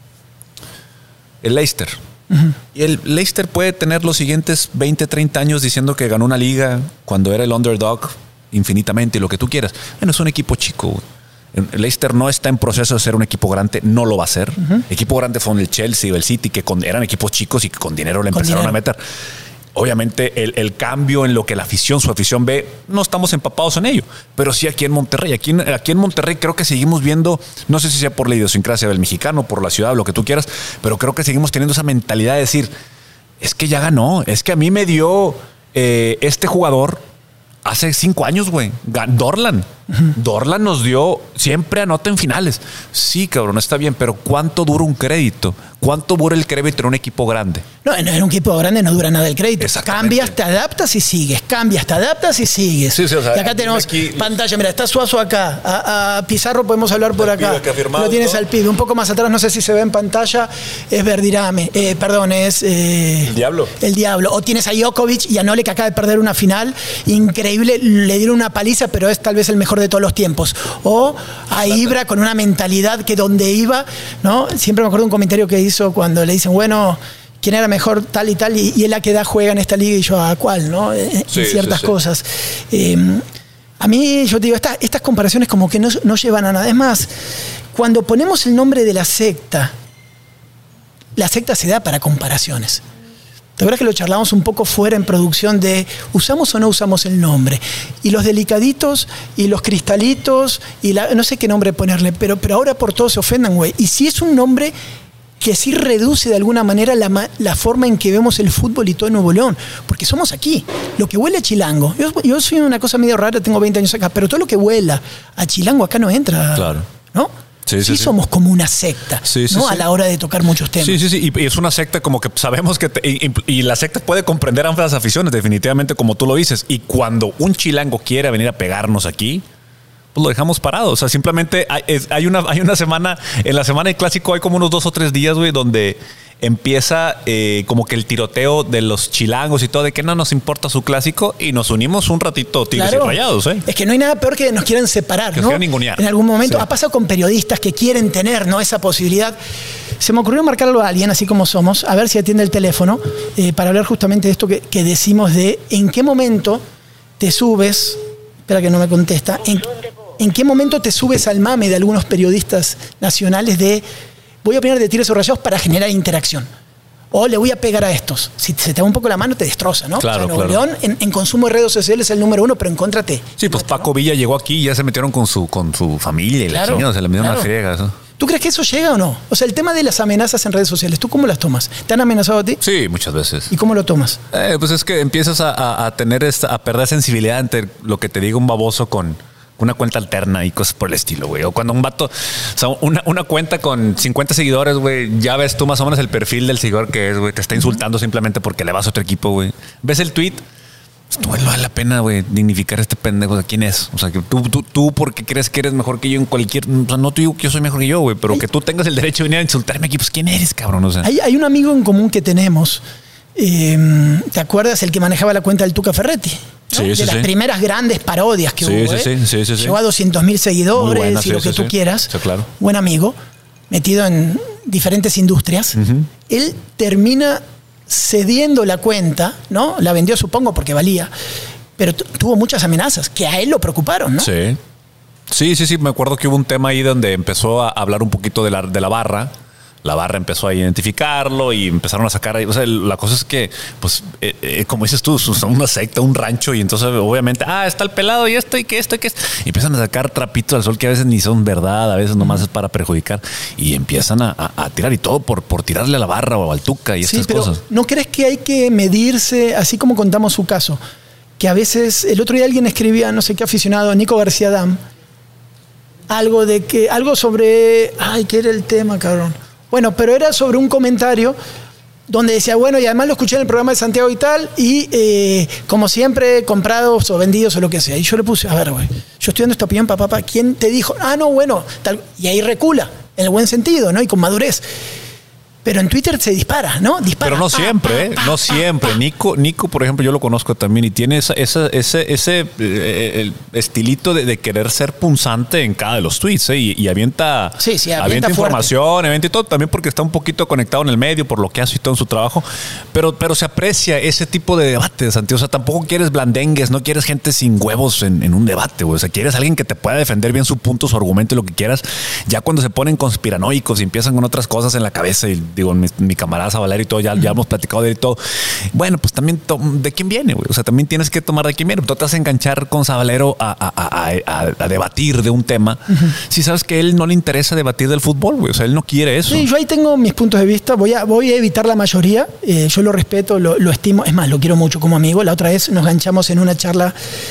el Leicester. Uh-huh. Y el Leicester puede tener los siguientes veinte, treinta años diciendo que ganó una liga cuando era el underdog infinitamente y lo que tú quieras. Bueno, es un equipo chico, güey. El Leicester no está en proceso de ser un equipo grande, no lo va a ser. Uh-huh. Equipo grande fueron el Chelsea o el City, que con, eran equipos chicos y que con dinero le con empezaron dinero. a meter. Obviamente el, el cambio en lo que la afición, su afición ve, no estamos empapados en ello. Pero sí aquí en Monterrey. Aquí en, aquí en Monterrey creo que seguimos viendo, no sé si sea por la idiosincrasia del mexicano, por la ciudad, lo que tú quieras, pero creo que seguimos teniendo esa mentalidad de decir, es que ya ganó, es que a mí me dio eh, este jugador hace cinco años, güey. Dorlan. Uh-huh. Dorlan nos dio, siempre anota en finales. Sí, cabrón, está bien, pero ¿cuánto dura un crédito? ¿Cuánto dura el crédito en un equipo grande? No, en un equipo grande no dura nada el crédito. Cambias, te adaptas y sigues. Cambias, te adaptas y sigues. Sí, sí, o sea, y acá tenemos aquí, pantalla. Mira, está Suazo acá. A, a Pizarro podemos hablar por acá. Lo tienes ¿no? al pibe. Un poco más atrás, no sé si se ve en pantalla, es Verdirame. Eh, perdón, es... Eh, el Diablo. El Diablo. O tienes a Djokovic y a Nole, que acaba de perder una final. Increíble. Le dieron una paliza, pero es tal vez el mejor de todos los tiempos. O a Ibra con una mentalidad que donde iba, ¿no? Siempre me acuerdo de un comentario que hizo cuando le dicen, bueno, ¿quién era mejor tal y tal? Y, y él a qué edad juega en esta liga y yo a cuál, ¿no? En sí, ciertas sí, sí. cosas. Eh, a mí, yo te digo, esta, estas comparaciones como que no, no llevan a nada. Es más, cuando ponemos el nombre de la secta, la secta se da para comparaciones. ¿Te acuerdas que lo charlamos un poco fuera en producción de usamos o no usamos el nombre? Y los delicaditos y los cristalitos y la, no sé qué nombre ponerle, pero, pero ahora por todo se ofendan, güey. Y si es un nombre que sí reduce de alguna manera la, la forma en que vemos el fútbol y todo en Nuevo León, porque somos aquí. Lo que huele a chilango, yo, yo soy una cosa medio rara, tengo veinte años acá, pero todo lo que huela a chilango acá no entra, claro. ¿no? Sí, sí, sí, somos como una secta, sí, sí, ¿no? Sí. A la hora de tocar muchos temas. Sí, sí, sí. Y, y es una secta como que sabemos que... Te, y, y la secta puede comprender ambas aficiones, definitivamente, como tú lo dices. Y cuando un chilango quiere venir a pegarnos aquí, pues lo dejamos parado. O sea, simplemente hay, es, hay, una, hay una semana... En la semana del clásico hay como unos dos o tres días, güey, donde empieza eh, como que el tiroteo de los chilangos y todo, de que no nos importa su clásico y nos unimos un ratito Tigres claro. y Rayados. ¿eh? Es que no hay nada peor que nos quieran separar, que ¿no? Nos ningunear. En algún momento. Sí. Ha pasado con periodistas que quieren tener, ¿no? Esa posibilidad. Se me ocurrió marcarlo a alguien, así como somos, a ver si atiende el teléfono, eh, para hablar justamente de esto que, que decimos de en qué momento te subes, espera que no me contesta, en, en qué momento te subes al mame de algunos periodistas nacionales de voy a opinar de Tigres o Rayados para generar interacción. O le voy a pegar a estos. Si se te va un poco la mano, te destroza, ¿no? Claro, o sea, Nuevo claro. León en, en consumo de redes sociales es el número uno, pero en contra te. Sí, pues Paco Villa llegó aquí y ya se metieron con su, con su familia y claro, la chingada, se le metieron claro. una friega. Eso. ¿Tú crees que eso llega o no? O sea, el tema de las amenazas en redes sociales, ¿tú cómo las tomas? ¿Te han amenazado a ti? Sí, muchas veces. ¿Y cómo lo tomas? Eh, pues es que empiezas a, a, a tener esta, a perder sensibilidad ante lo que te diga un baboso con una cuenta alterna y cosas por el estilo, güey. O cuando un vato, o sea, una, una cuenta con cincuenta seguidores, güey, ya ves tú más o menos el perfil del seguidor que es, güey. Te está insultando simplemente porque le vas a otro equipo, güey. Ves el tweet, pues, no vale la pena, güey, dignificar a este pendejo de quién es. O sea, que tú, tú, tú porque crees que eres mejor que yo en cualquier... O sea, no te digo que yo soy mejor que yo, güey, pero que tú tengas el derecho de venir a insultarme aquí, pues ¿quién eres, cabrón? O sea, hay, hay un amigo en común que tenemos. Eh, ¿Te acuerdas? El que manejaba la cuenta del Tuca Ferretti. ¿No? Sí, de sí, las sí. primeras grandes parodias que sí, hubo. Sí, ¿eh? sí, sí, sí, sí. Llegó a doscientos mil seguidores buena, y sí, lo que sí, tú sí. quieras. Sí, claro. Buen amigo, metido en diferentes industrias. Uh-huh. Él termina cediendo la cuenta, ¿no? La vendió, supongo, porque valía, pero tuvo muchas amenazas que a él lo preocuparon, ¿no? Sí. Sí, sí, sí. Me acuerdo que hubo un tema ahí donde empezó a hablar un poquito de la, de la barra. La barra empezó a identificarlo y empezaron a sacar ahí. O sea, la cosa es que, pues, eh, eh, como dices tú, son una secta, un rancho, y entonces, obviamente, ah, está el pelado y esto y que esto y que esto. Y empiezan a sacar trapitos al sol que a veces ni son verdad, a veces nomás es para perjudicar. Y empiezan a, a, a tirar y todo por, por tirarle a la barra o al tuca y sí, estas pero cosas. ¿no crees que hay que medirse, así como contamos su caso? Que a veces, el otro día alguien escribía, no sé qué aficionado, Nico García Dam, algo de que, algo sobre, ay, ¿qué era el tema, cabrón? Bueno, pero era sobre un comentario donde decía, bueno, y además lo escuché en el programa de Santiago y tal, y eh, como siempre, comprados o vendidos o lo que sea. Y yo le puse, a ver, güey, yo estoy dando esta opinión, papá, papá, ¿quién te dijo? Ah, no, bueno, tal. Y ahí recula, en el buen sentido, ¿no? Y con madurez. Pero en Twitter se dispara, ¿no? Dispara. Pero no siempre, ¿eh? No siempre. Nico, Nico, por ejemplo, yo lo conozco también y tiene esa, esa, ese, ese eh, el estilito de, de querer ser punzante en cada de los tweets, ¿eh? y, y avienta, sí, sí, avienta, avienta información, avienta y todo, también porque está un poquito conectado en el medio por lo que hace y todo en su trabajo. Pero, pero se aprecia ese tipo de debate, Santiago. O sea, tampoco quieres blandengues, no quieres gente sin huevos en, en un debate, güey. O sea, quieres alguien que te pueda defender bien su punto, su argumento y lo que quieras. Ya cuando se ponen conspiranoicos y empiezan con otras cosas en la cabeza y digo, mi, mi camarada Zabalero y todo, ya, ya hemos platicado de él y todo. Bueno, pues también de quién viene, güey. O sea, también tienes que tomar de quién viene. Tú te vas a enganchar con Zabalero a, a, a, a, a debatir de un tema. Uh-huh. Si sabes que a él no le interesa debatir del fútbol, güey. O sea, él no quiere eso. Sí, yo ahí tengo mis puntos de vista. Voy a, voy a evitar la mayoría. Eh, yo lo respeto, lo, lo estimo. Es más, lo quiero mucho como amigo. La otra vez nos enganchamos en una charla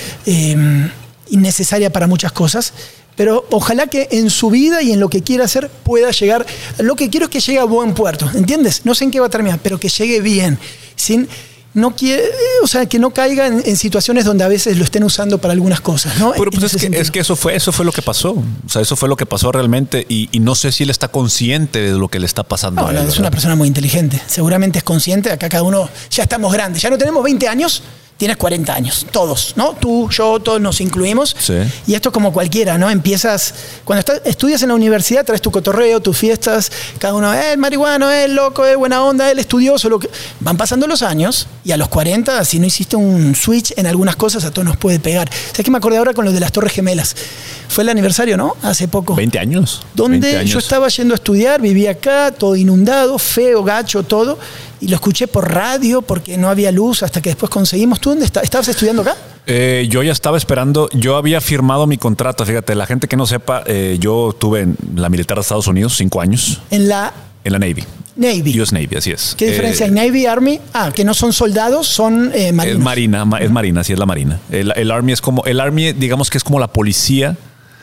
eh, innecesaria para muchas cosas. Pero ojalá que en su vida y en lo que quiera hacer pueda llegar. Lo que quiero es que llegue a buen puerto, ¿entiendes? No sé en qué va a terminar, pero que llegue bien. Sin, no quiere, o sea, que no caiga en, en situaciones donde a veces lo estén usando para algunas cosas, ¿no? Pero pues es que, es que eso fue, eso fue lo que pasó. O sea, eso fue lo que pasó realmente. Y, y no sé si él está consciente de lo que le está pasando. No, a él, no, es ¿verdad? una persona muy inteligente. Seguramente es consciente. Acá cada uno ya estamos grandes. Ya no tenemos veinte años. Tienes cuarenta años, todos, ¿no? Tú, yo, todos nos incluimos. Sí. Y esto es como cualquiera, ¿no? Empiezas, cuando estás, estudias en la universidad, traes tu cotorreo, tus fiestas, cada uno, eh, el marihuano, eh, el loco, eh, buena onda, el estudioso. Lo que... Van pasando los años y a los cuarenta, si no hiciste un switch en algunas cosas, a todos nos puede pegar. ¿Sabes qué me acordé ahora con lo de las Torres Gemelas? Fue el aniversario, ¿no? Hace poco. veinte años. Donde veinte años. Yo estaba yendo a estudiar, vivía acá, todo inundado, feo, gacho, todo. Y lo escuché por radio porque no había luz hasta que después conseguimos. ¿Tú dónde estabas? ¿Estabas estudiando acá? Eh, yo ya estaba esperando, yo había firmado mi contrato, fíjate, la gente que no sepa, eh, yo estuve en la militar de Estados Unidos cinco años. En la... En la Navy. Navy. U S Navy, así es. ¿Qué diferencia hay? Eh, Navy, Army. Ah, que no son soldados, son eh, marinos. Es marina, es marina, sí es la marina. El, el Army es como, el Army digamos que es como la policía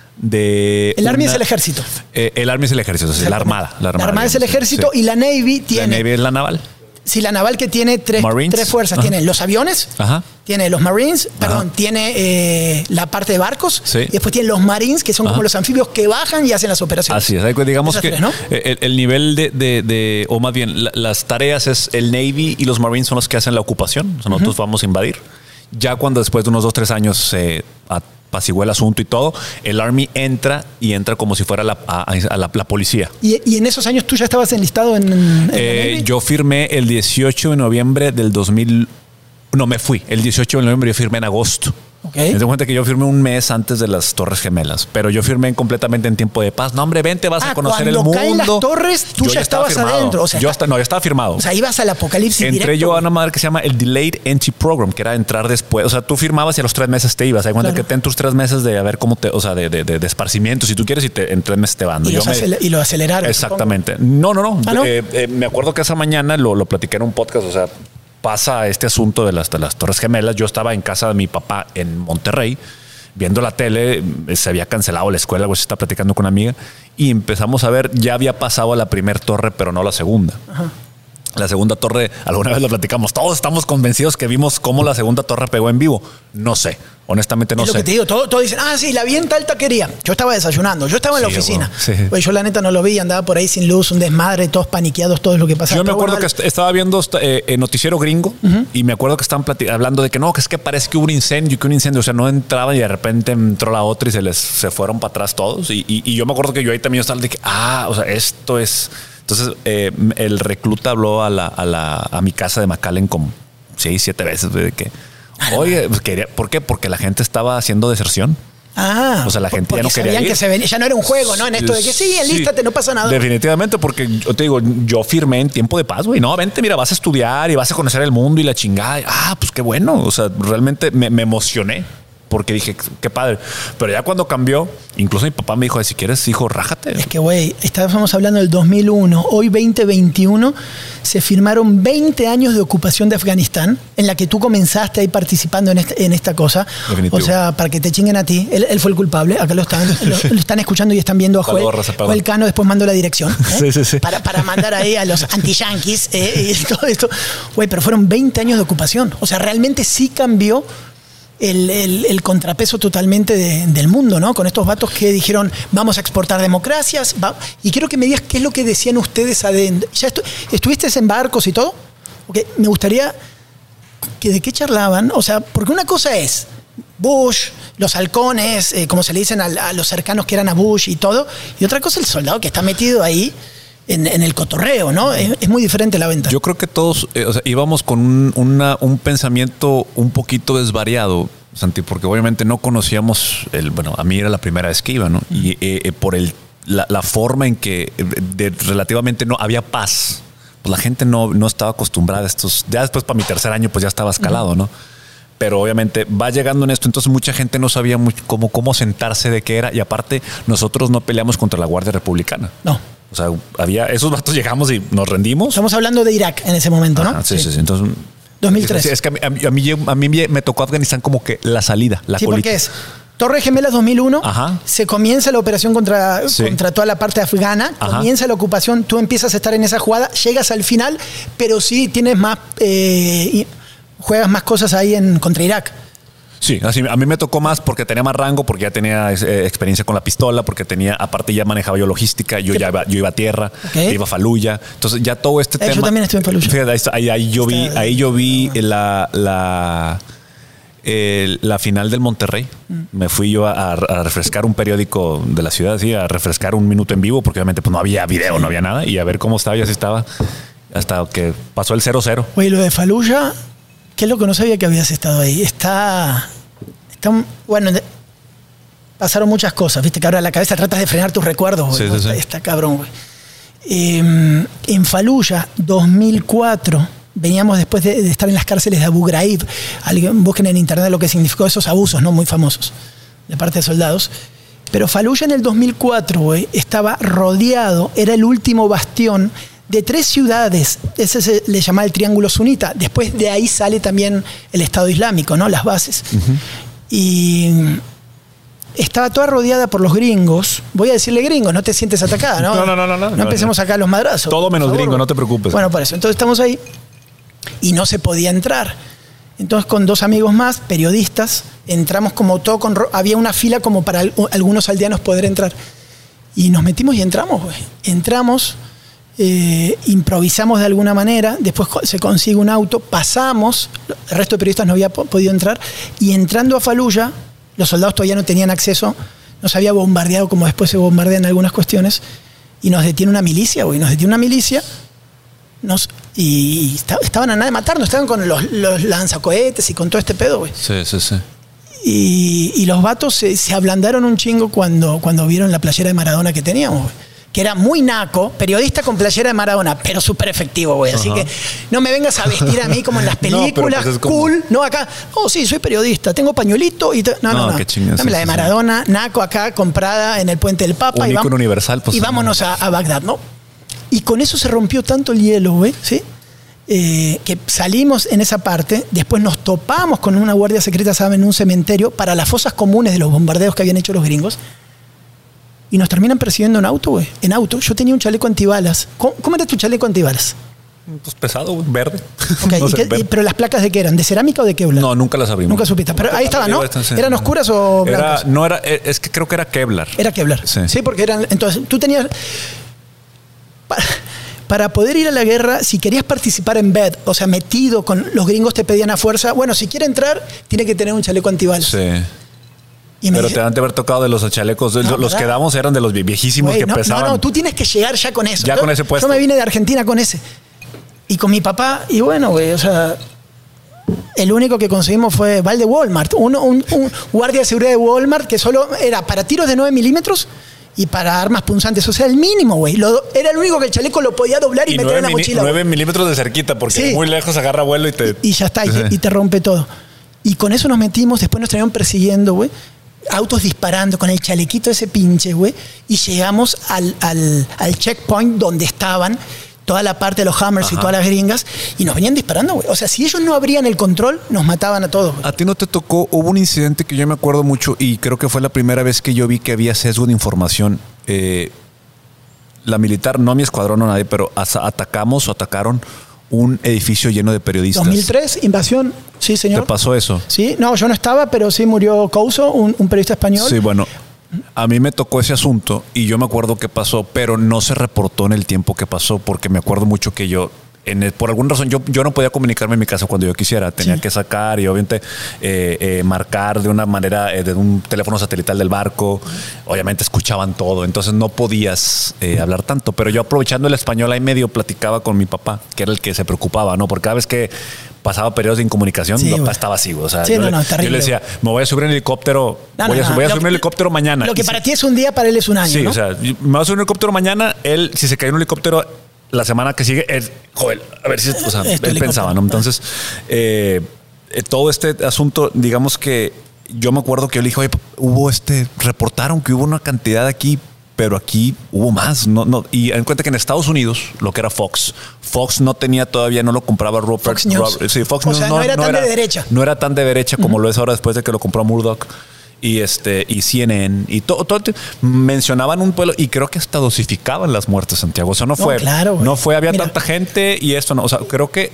de... El Army una, es el ejército. Eh, el Army es el ejército, es la armada. La armada, la armada es el ejército, sí. Y la Navy tiene... La Navy es la naval. Sí, la naval que tiene tres, tres fuerzas. Ajá. Tiene los aviones, ajá. Tiene los Marines, perdón, ajá. Tiene eh, la parte de barcos, sí. Y después tiene los Marines, que son ajá. Como los anfibios que bajan y hacen las operaciones. Así es, digamos Esas que tres, ¿no? el, el nivel de, de, de, o más bien, la, las tareas es el Navy y los Marines son los que hacen la ocupación. O sea, nosotros uh-huh. vamos a invadir. Ya cuando después de unos dos, tres años se... Eh, apaciguó el asunto y todo, el Army entra y entra como si fuera la, a, a la, la policía. ¿Y, ¿Y en esos años tú ya estabas enlistado en, en eh, Navy? Yo firmé el dieciocho de noviembre del dos mil... No, me fui. El dieciocho de noviembre yo firmé en agosto. Okay. Me doy cuenta que yo firmé un mes antes de las Torres Gemelas, pero yo firmé completamente en tiempo de paz. No, hombre, vente, vas ah, a conocer el mundo. Cuando caen las torres, tú ya, ya estabas adentro. O sea, yo hasta, no, ya estaba firmado. O sea, ibas al apocalipsis Entré directo. yo a una madre que se llama el Delayed Entry Program, que era entrar después. O sea, tú firmabas y a los tres meses te ibas. Hay cuenta claro. Que ten tus tres meses de a ver cómo te, o sea, de, de, de, de esparcimiento, si tú quieres, y te, en tres meses te van. Y, yo me, acel- y lo aceleraron. Exactamente. No, no, no. ¿Ah, no? Eh, eh, me acuerdo que esa mañana lo, lo platiqué en un podcast, o sea, pasa este asunto de las, de las Torres Gemelas. Yo estaba en casa de mi papá en Monterrey, viendo la tele, se había cancelado la escuela, algo así, estaba platicando con una amiga y empezamos a ver, ya había pasado a la primera torre, pero no la segunda. Ajá. La segunda torre, alguna vez lo platicamos, todos estamos convencidos que vimos cómo la segunda torre pegó en vivo. No sé, honestamente no es sé. Lo que te digo, todos todo dicen, ah, sí, la vi en tal taquería. Yo estaba desayunando, yo estaba en sí, la oficina. Bueno, sí. Pues yo la neta no lo vi, andaba por ahí sin luz, un desmadre, todos paniqueados, todo lo que pasaba. Yo me acuerdo bueno, que estaba viendo eh, noticiero gringo uh-huh. y me acuerdo que estaban hablando de que no, que es que parece que hubo un incendio, que un incendio, o sea, no entraban y de repente entró la otra y se les se fueron para atrás todos. Y, y, y yo me acuerdo que yo ahí también estaba de que, ah, o sea, esto es... Entonces, eh, el recluta habló a, la, a, la, a mi casa de McAllen como seis, siete veces, de que, oye, pues quería, ¿por qué? Porque la gente estaba haciendo deserción. Ah, o sea, la gente ya no quería ir. Que se venía, ya no era un juego, ¿no? En esto de que sí, enlístate, sí, no pasa nada. Definitivamente, porque yo te digo, yo firmé en tiempo de paz, güey. No, vente, mira, vas a estudiar y vas a conocer el mundo y la chingada. Ah, pues qué bueno. O sea, realmente me, me emocioné. Porque dije, qué padre. Pero ya cuando cambió, incluso mi papá me dijo, si quieres, hijo, rájate. Es que, güey, estábamos hablando del dos mil uno. Hoy, veinte veintiuno, se firmaron veinte años de ocupación de Afganistán, en la que tú comenzaste ahí participando en, este, en esta cosa. Definitivo. O sea, para que te chinguen a ti. Él, él fue el culpable. Acá lo están, lo, lo están escuchando y están viendo a Joel. Joel Cano, después mando la dirección. ¿eh? Sí, sí, sí. Para, para mandar ahí a los anti-yanquis eh, y todo esto. Güey, pero fueron veinte años de ocupación. O sea, realmente sí cambió El, el, el contrapeso totalmente de, del mundo, ¿no? Con estos vatos que dijeron, vamos a exportar democracias. Va. Y quiero que me digas qué es lo que decían ustedes adentro. ¿Ya estu estuviste en barcos y todo? Porque me gustaría que de qué charlaban. O sea, porque una cosa es Bush, los halcones, eh, como se le dicen a, a los cercanos que eran a Bush y todo. Y otra cosa el soldado que está metido ahí En, en el cotorreo, ¿no? Es, es muy diferente la venta. Yo creo que todos eh, o sea, íbamos con un, una, un pensamiento un poquito desvariado, Santi, porque obviamente no conocíamos el, bueno, a mí era la primera vez que iba, ¿no? Mm. Y eh, eh, por el, la, la forma en que de, relativamente no había paz, pues la gente no, no estaba acostumbrada a estos. Ya después para mi tercer año, pues ya estaba escalado, mm. ¿no? Pero obviamente va llegando en esto, entonces mucha gente no sabía muy cómo, cómo sentarse de qué era. Y aparte, nosotros no peleamos contra la Guardia Republicana. No. O sea, había esos vatos, llegamos y nos rendimos. Estamos hablando de Irak en ese momento, ¿no? Ajá, sí, sí, sí, sí. Entonces, dos mil tres. Es, es que a mí, a, mí, a mí me tocó Afganistán como que la salida, la sí, colita. Porque es Torres Gemelas dos mil uno. Ajá. Se comienza la operación contra, sí. contra toda la parte afgana. Ajá. Comienza la ocupación. Tú empiezas a estar en esa jugada. Llegas al final, pero sí tienes más... Eh, juegas más cosas ahí en, contra Irak. Sí, así, a mí me tocó más porque tenía más rango, porque ya tenía eh, experiencia con la pistola, porque tenía, aparte ya manejaba yo logística, yo ya iba, yo iba a tierra, okay. iba a Fallujah. Entonces ya todo este eh, tema. Yo también estuve en Fallujah. Fíjate, ahí, ahí yo vi, ahí yo vi la, la, eh, la final del Monterrey. Mm. Me fui yo a, a refrescar un periódico de la ciudad, así, a refrescar un minuto en vivo, porque obviamente pues, no había video, no había nada, y a ver cómo estaba, y así estaba, hasta que pasó el cero cero. Oye, lo de Fallujah, ¿qué es lo que no sabía que habías estado ahí? Está... Está, bueno, pasaron muchas cosas, viste que ahora la cabeza tratas de frenar tus recuerdos, güey. Sí, sí, sí. Está cabrón, güey. Eh, en Fallujah, dos mil cuatro, veníamos después de, de estar en las cárceles de Abu Ghraib. Alguien busquen en internet lo que significó esos abusos, ¿no? Muy famosos, de parte de soldados. Pero Fallujah en el dos mil cuatro, güey, estaba rodeado, era el último bastión de tres ciudades. Ese se le llamaba el Triángulo Sunita. Después de ahí sale también el Estado Islámico, ¿no? Las bases. Uh-huh. Y estaba toda rodeada por los gringos. Voy a decirle gringos, no te sientes atacada, ¿no? No, no, no. No, no, no empecemos no, no. acá los madrazos. Todo menos gringo, no te preocupes. Bueno, por eso. Entonces estamos ahí y no se podía entrar. Entonces con dos amigos más, periodistas, entramos como todo con... Había una fila como para algunos aldeanos poder entrar. Y nos metimos y entramos, güey. Entramos... Eh, improvisamos de alguna manera, después se consigue un auto, pasamos, el resto de periodistas no había po podido entrar, y entrando a Fallujah, los soldados todavía no tenían acceso, no se había bombardeado como después se bombardean algunas cuestiones, y nos detiene una milicia, güey, nos detiene una milicia, nos, y está, estaban a nada de matarnos, estaban con los, los lanzacohetes y con todo este pedo, güey. Sí, sí, sí. Y, y los vatos se, se ablandaron un chingo cuando, cuando vieron la playera de Maradona que teníamos, güey. Que era muy naco, periodista con playera de Maradona, pero súper efectivo, güey. Así que no me vengas a vestir a mí como en las películas, no, pues cool. Como... No, acá, oh, sí, soy periodista, tengo pañuelito y... No, no, no. no. Chingas, Dame sí, la de Maradona, sí. naco acá, comprada en el Puente del Papa. Un y, vamos, universal, pues, y vámonos a, a Bagdad, ¿no? Y con eso se rompió tanto el hielo, güey, ¿sí? Eh, que salimos en esa parte, después nos topamos con una guardia secreta, ¿saben? En un cementerio para las fosas comunes de los bombardeos que habían hecho los gringos. Y nos terminan persiguiendo en auto, güey. En auto. Yo tenía un chaleco antibalas. ¿Cómo, cómo era tu chaleco antibalas? Pues pesado, güey. Verde. Okay. No sé, qué, verde. ¿Pero las placas de qué eran? ¿De cerámica o de Kevlar? No, nunca las abrimos. Nunca supiste. Pero ahí estaban, ¿no? ¿Eran oscuras o blancas? Era, no era... Es que creo que era Kevlar. Era Kevlar. Sí. Sí, porque eran... Entonces, tú tenías... Para, para poder ir a la guerra, si querías participar en B E D, o sea, metido con... Los gringos te pedían a fuerza, bueno, si quiere entrar, tiene que tener un chaleco antibalas. Sí. Y Pero dice, te han de haber tocado de los chalecos. No, los ¿verdad? Que damos eran de los viejísimos wey, que no, pesaban. No, no, tú tienes que llegar ya con eso. Ya yo, con ese puesto. Yo me vine de Argentina con ese. Y con mi papá, y bueno, güey, o sea, el único que conseguimos fue Val de Walmart. Un, un, un guardia de seguridad de Walmart que solo era para tiros de nueve milímetros y para armas punzantes. O sea, el mínimo, güey. Era el único que el chaleco lo podía doblar y, y meter en la mochila. nueve milímetros de cerquita, porque sí. Muy lejos agarra vuelo y te... Y, y ya está, y te, y te rompe todo. Y con eso nos metimos, después nos trajeron persiguiendo, güey. Autos disparando con el chalequito ese pinche, güey. Y llegamos al, al, al checkpoint donde estaban toda la parte de los Hammers. Ajá. Y todas las gringas. Y nos venían disparando, güey. O sea, si ellos no abrían el control, nos mataban a todos, güey. ¿A ti no te tocó? Hubo un incidente que yo me acuerdo mucho y creo que fue la primera vez que yo vi que había sesgo de información. Eh, la militar, no a mi escuadrón o nadie, pero atacamos o atacaron un edificio lleno de periodistas. dos mil tres, invasión. Sí, señor. ¿Te pasó eso? Sí, no, yo no estaba, pero sí murió Couso, un, un periodista español. Sí, bueno, a mí me tocó ese asunto y yo me acuerdo qué pasó, pero no se reportó en el tiempo que pasó, porque me acuerdo mucho que yo, en el, por alguna razón, yo, yo no podía comunicarme en mi casa cuando yo quisiera. Tenía sí. que sacar y obviamente eh, eh, marcar de una manera, eh, de un teléfono satelital del barco. Obviamente escuchaban todo, entonces no podías eh, hablar tanto. Pero yo, aprovechando el español ahí medio, platicaba con mi papá, que era el que se preocupaba, ¿no? Porque cada vez que pasaba periodos de incomunicación, sí, mi papá estaba así. O sea, sí, yo, no, no, le, yo le decía, me voy a subir en helicóptero, no, voy, no, a, no, voy a no, subir en helicóptero mañana. Lo que y para si, ti es un día, para él es un año, sí, ¿no? o sea, me voy a subir en un helicóptero mañana, él, si se cae en un helicóptero la semana que sigue, él, joder, a ver si, o sea, él pensaba, ¿no? Entonces, eh, todo este asunto, digamos que yo me acuerdo que yo le dije, oye, hubo este, reportaron que hubo una cantidad aquí, pero aquí hubo más. No, no, y en cuenta que en Estados Unidos, lo que era Fox, Fox no tenía todavía, no lo compraba Rupert. Fox News. Robert, sí, Fox o News sea, no, no era no tan era, de derecha. No era tan de derecha como uh-huh. lo es ahora después de que lo compró Murdoch. Y este y C N N y todo, todo mencionaban un pueblo y creo que hasta dosificaban las muertes, Santiago. O sea, no fue, no, claro, no fue, había Mira. tanta gente y esto no. O sea, creo que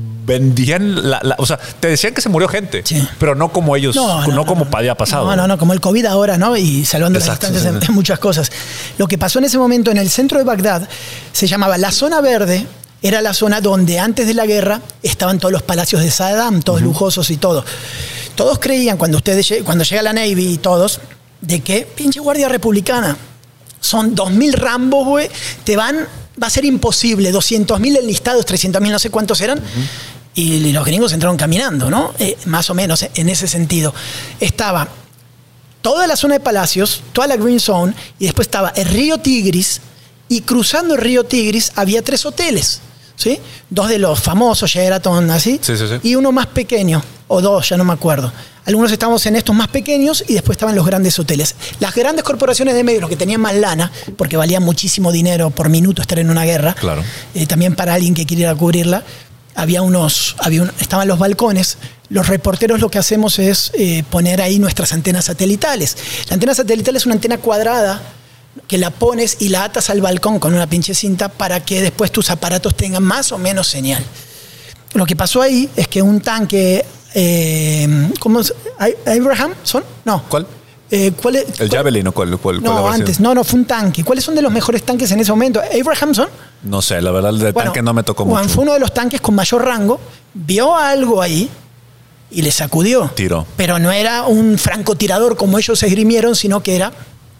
vendían la, la o sea, te decían que se murió gente, sí. pero no como ellos, no, no, no, no como no, había pasado. No, no, no, como el COVID ahora, ¿no? Y salvando Exacto, las distancias sí, sí. en muchas cosas. Lo que pasó en ese momento en el centro de Bagdad se llamaba la zona verde. Era la zona donde antes de la guerra estaban todos los palacios de Saddam, todos uh-huh. lujosos y todo. Todos creían, cuando ustedes cuando llega la Navy y todos, de que pinche guardia republicana, son dos mil Rambos, güey, te van, va a ser imposible, doscientos mil enlistados, trescientos mil, no sé cuántos eran, uh-huh. y los gringos entraron caminando, ¿no? Eh, más o menos en ese sentido. Estaba toda la zona de palacios, toda la Green Zone, y después estaba el río Tigris, y cruzando el río Tigris había tres hoteles. ¿Sí? Dos de los famosos, Sheraton, así, sí, sí, sí. y uno más pequeño, o dos, ya no me acuerdo. Algunos estábamos en estos más pequeños y después estaban los grandes hoteles. Las grandes corporaciones de medios, los que tenían más lana, porque valía muchísimo dinero por minuto estar en una guerra, claro. eh, también para alguien que quisiera cubrirla, había unos, había un, estaban los balcones. Los reporteros lo que hacemos es eh, poner ahí nuestras antenas satelitales. La antena satelital es una antena cuadrada que la pones y la atas al balcón con una pinche cinta para que después tus aparatos tengan más o menos señal. Lo que pasó ahí es que un tanque, eh, ¿cómo es? ¿Abraham son? No. ¿Cuál? Eh, ¿cuál es? El ¿cuál? Javelin, ¿o cuál? cuál no, cuál antes. No, no, fue un tanque. ¿Cuáles son de los mejores tanques en ese momento? ¿Abraham son? No sé, la verdad, el de bueno, tanque no me tocó Juan mucho. Fue uno de los tanques con mayor rango, vio algo ahí y le sacudió. Tiró. Pero no era un francotirador como ellos esgrimieron, sino que era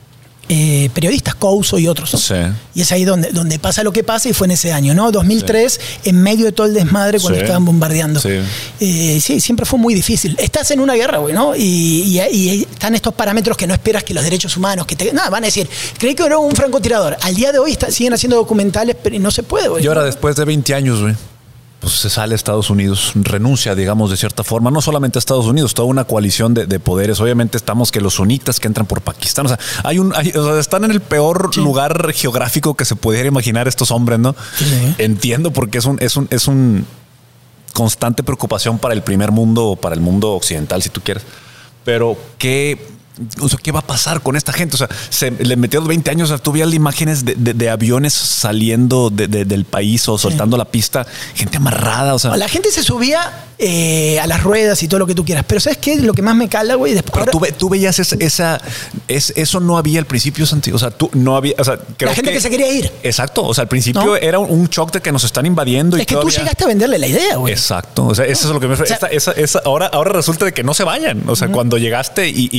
Eh, periodistas, Couso y otros. Sí. Y es ahí donde, donde pasa lo que pasa y fue en ese año, ¿no? dos mil tres, sí. en medio de todo el desmadre cuando sí. estaban bombardeando. Sí. Eh, sí, siempre fue muy difícil. Estás en una guerra, güey, ¿no? Y, y, y están estos parámetros que no esperas que los derechos humanos, que te... Nada, van a decir, creí que era un francotirador. Al día de hoy está, siguen haciendo documentales, pero no se puede, güey. Y ahora, después de veinte años, güey, pues se sale a Estados Unidos, renuncia, digamos, de cierta forma, no solamente a Estados Unidos, toda una coalición de, de poderes. Obviamente estamos que los sunitas que entran por Pakistán, o sea, hay un, hay, o sea, están en el peor sí. lugar geográfico que se pudiera imaginar estos hombres, ¿no? Sí. Entiendo porque es un, es un, es un constante preocupación para el primer mundo o para el mundo occidental, si tú quieres. Pero qué... O sea, ¿qué va a pasar con esta gente? O sea, se le metió veinte años. O sea, tú veías imágenes de, de, de aviones saliendo de, de, del país o soltando sí. la pista, gente amarrada. O sea, la gente se subía eh, a las ruedas y todo lo que tú quieras. Pero ¿sabes qué es lo que más me cala, güey? Pero ahora... tú, ve, tú veías esa, esa es, eso no había al principio, Santiago. O sea, tú no había. O sea, creo la gente que, que se quería ir. Exacto. O sea, al principio ¿no? era un shock de que nos están invadiendo. Es y que todavía... tú llegaste a venderle la idea, güey. Exacto. O sea, eso es lo que me. O sea, esta, esa, esa, ahora, ahora resulta de que no se vayan. O sea, uh-huh. cuando llegaste y, y mucha de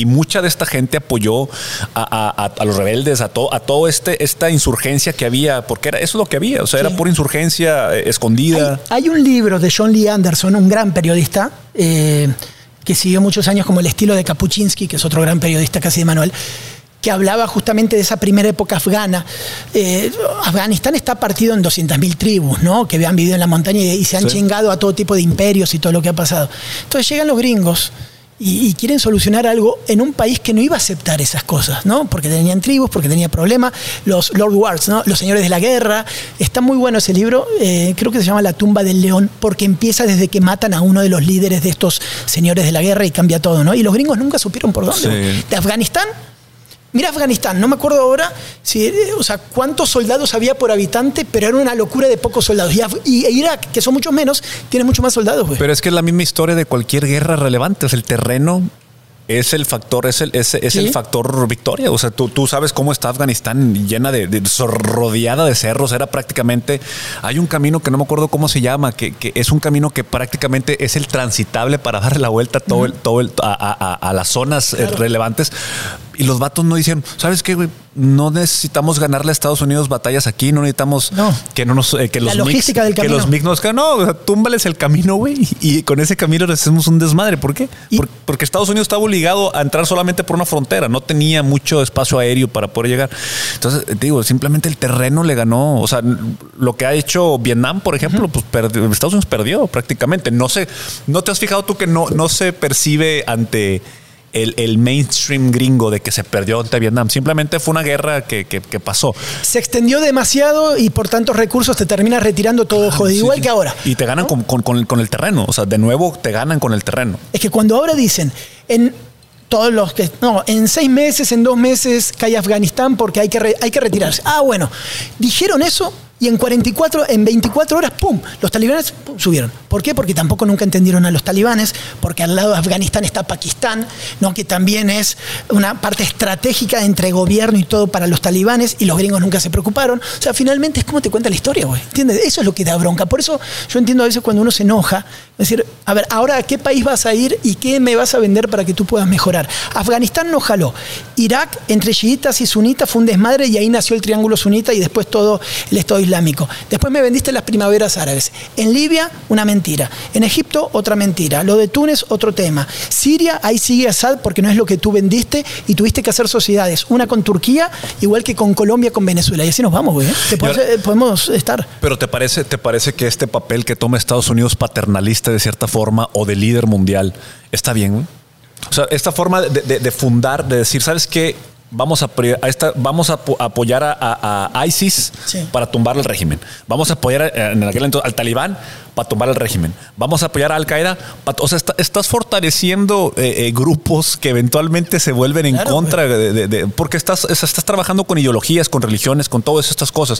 de esta gente apoyó a, a, a los rebeldes, a todo, a todo este, esta insurgencia que había, porque era, eso es lo que había, o sea, sí. era pura insurgencia eh, escondida. Hay, hay un libro de John Lee Anderson, un gran periodista, eh, que siguió muchos años como el estilo de Kapuczynski, que es otro gran periodista casi de manual, que hablaba justamente de esa primera época afgana. Eh, Afganistán está partido en doscientas mil tribus, ¿no? Que han vivido en la montaña y, y se han sí. chingado a todo tipo de imperios y todo lo que ha pasado. Entonces llegan los gringos y, y quieren solucionar algo en un país que no iba a aceptar esas cosas, ¿no? Porque tenían tribus, porque tenía problemas. Los Lord Wards, ¿no? Los señores de la guerra. Está muy bueno ese libro, eh, creo que se llama La tumba del león, porque empieza desde que matan a uno de los líderes de estos señores de la guerra y cambia todo, ¿no? Y los gringos nunca supieron por dónde. Sí. De Afganistán. Mira Afganistán, no me acuerdo ahora si, o sea, cuántos soldados había por habitante, pero era una locura de pocos soldados. Y, Af- y Irak, que son muchos menos, tiene mucho más soldados, güey. Pero es que es la misma historia de cualquier guerra relevante. Es el terreno. Es el factor, es el, es, es ¿Sí? el factor victoria. O sea, tú, tú sabes cómo está Afganistán llena de, de, rodeada de cerros. Era prácticamente, hay un camino que no me acuerdo cómo se llama, que, que es un camino que prácticamente es el transitable para darle la vuelta a todo, uh-huh. el, todo el, a, a, a las zonas claro. relevantes. Y los vatos no dicen, ¿sabes qué, güey? No necesitamos ganarle a Estados Unidos batallas aquí, no necesitamos no. que no nos eh, que la los logística mix, del camino. Que los mix nos no, o sea, túmbales el camino, güey, y con ese camino les hacemos un desmadre. ¿Por qué? Por, porque Estados Unidos estaba obligado a entrar solamente por una frontera, no tenía mucho espacio aéreo para poder llegar. Entonces, te digo, simplemente el terreno le ganó. O sea, lo que ha hecho Vietnam, por ejemplo, uh-huh. pues perdió, Estados Unidos perdió prácticamente. No sé, ¿no te has fijado tú que no, no se percibe ante El, el mainstream gringo de que se perdió ante Vietnam? Simplemente fue una guerra que, que, que pasó. Se extendió demasiado y por tantos recursos te terminas retirando todo, joder, sí, igual sí. que ahora. Y te ganan ¿no? con, con, con, el, con el terreno. O sea, de nuevo te ganan con el terreno. Es que cuando ahora dicen, en todos los que, no, en seis meses, en dos meses cae Afganistán porque hay que, re, hay que retirarse. Ah, bueno, dijeron eso. Y en cuarenta y cuatro, en veinticuatro horas, ¡pum!, los talibanes pum, subieron. ¿Por qué? Porque tampoco nunca entendieron a los talibanes, porque al lado de Afganistán está Pakistán, ¿no? Que también es una parte estratégica entre gobierno y todo para los talibanes, y los gringos nunca se preocuparon. O sea, finalmente es como te cuenta la historia, güey. ¿Entiendes? Eso es lo que da bronca. Por eso yo entiendo a veces cuando uno se enoja, es decir, a ver, ahora ¿a qué país vas a ir y qué me vas a vender para que tú puedas mejorar? Afganistán no jaló. Irak, entre chiitas y sunitas, fue un desmadre y ahí nació el triángulo sunita y después todo el Estado Islámico. Después me vendiste las primaveras árabes. En Libia, una mentira. En Egipto, otra mentira. Lo de Túnez, otro tema. Siria, ahí sigue Assad porque no es lo que tú vendiste y tuviste que hacer sociedades. Una con Turquía, igual que con Colombia, con Venezuela. Y así nos vamos, güey. ¿eh? Te podemos, ahora, podemos estar. Pero ¿te parece, ¿te parece que este papel que toma Estados Unidos paternalista de cierta forma o de líder mundial está bien, güey? O sea, esta forma de, de, de fundar, de decir, ¿sabes qué? Vamos a, a esta, vamos a apoyar a, a, a ISIS sí. para tumbar el régimen. Vamos a apoyar a, en aquel entonces al Talibán para tumbar el régimen. Vamos a apoyar a Al-Qaeda. O sea, está, estás fortaleciendo eh, eh, grupos que eventualmente se vuelven en claro, contra de, de, de, porque estás, estás trabajando con ideologías, con religiones, con todas estas cosas.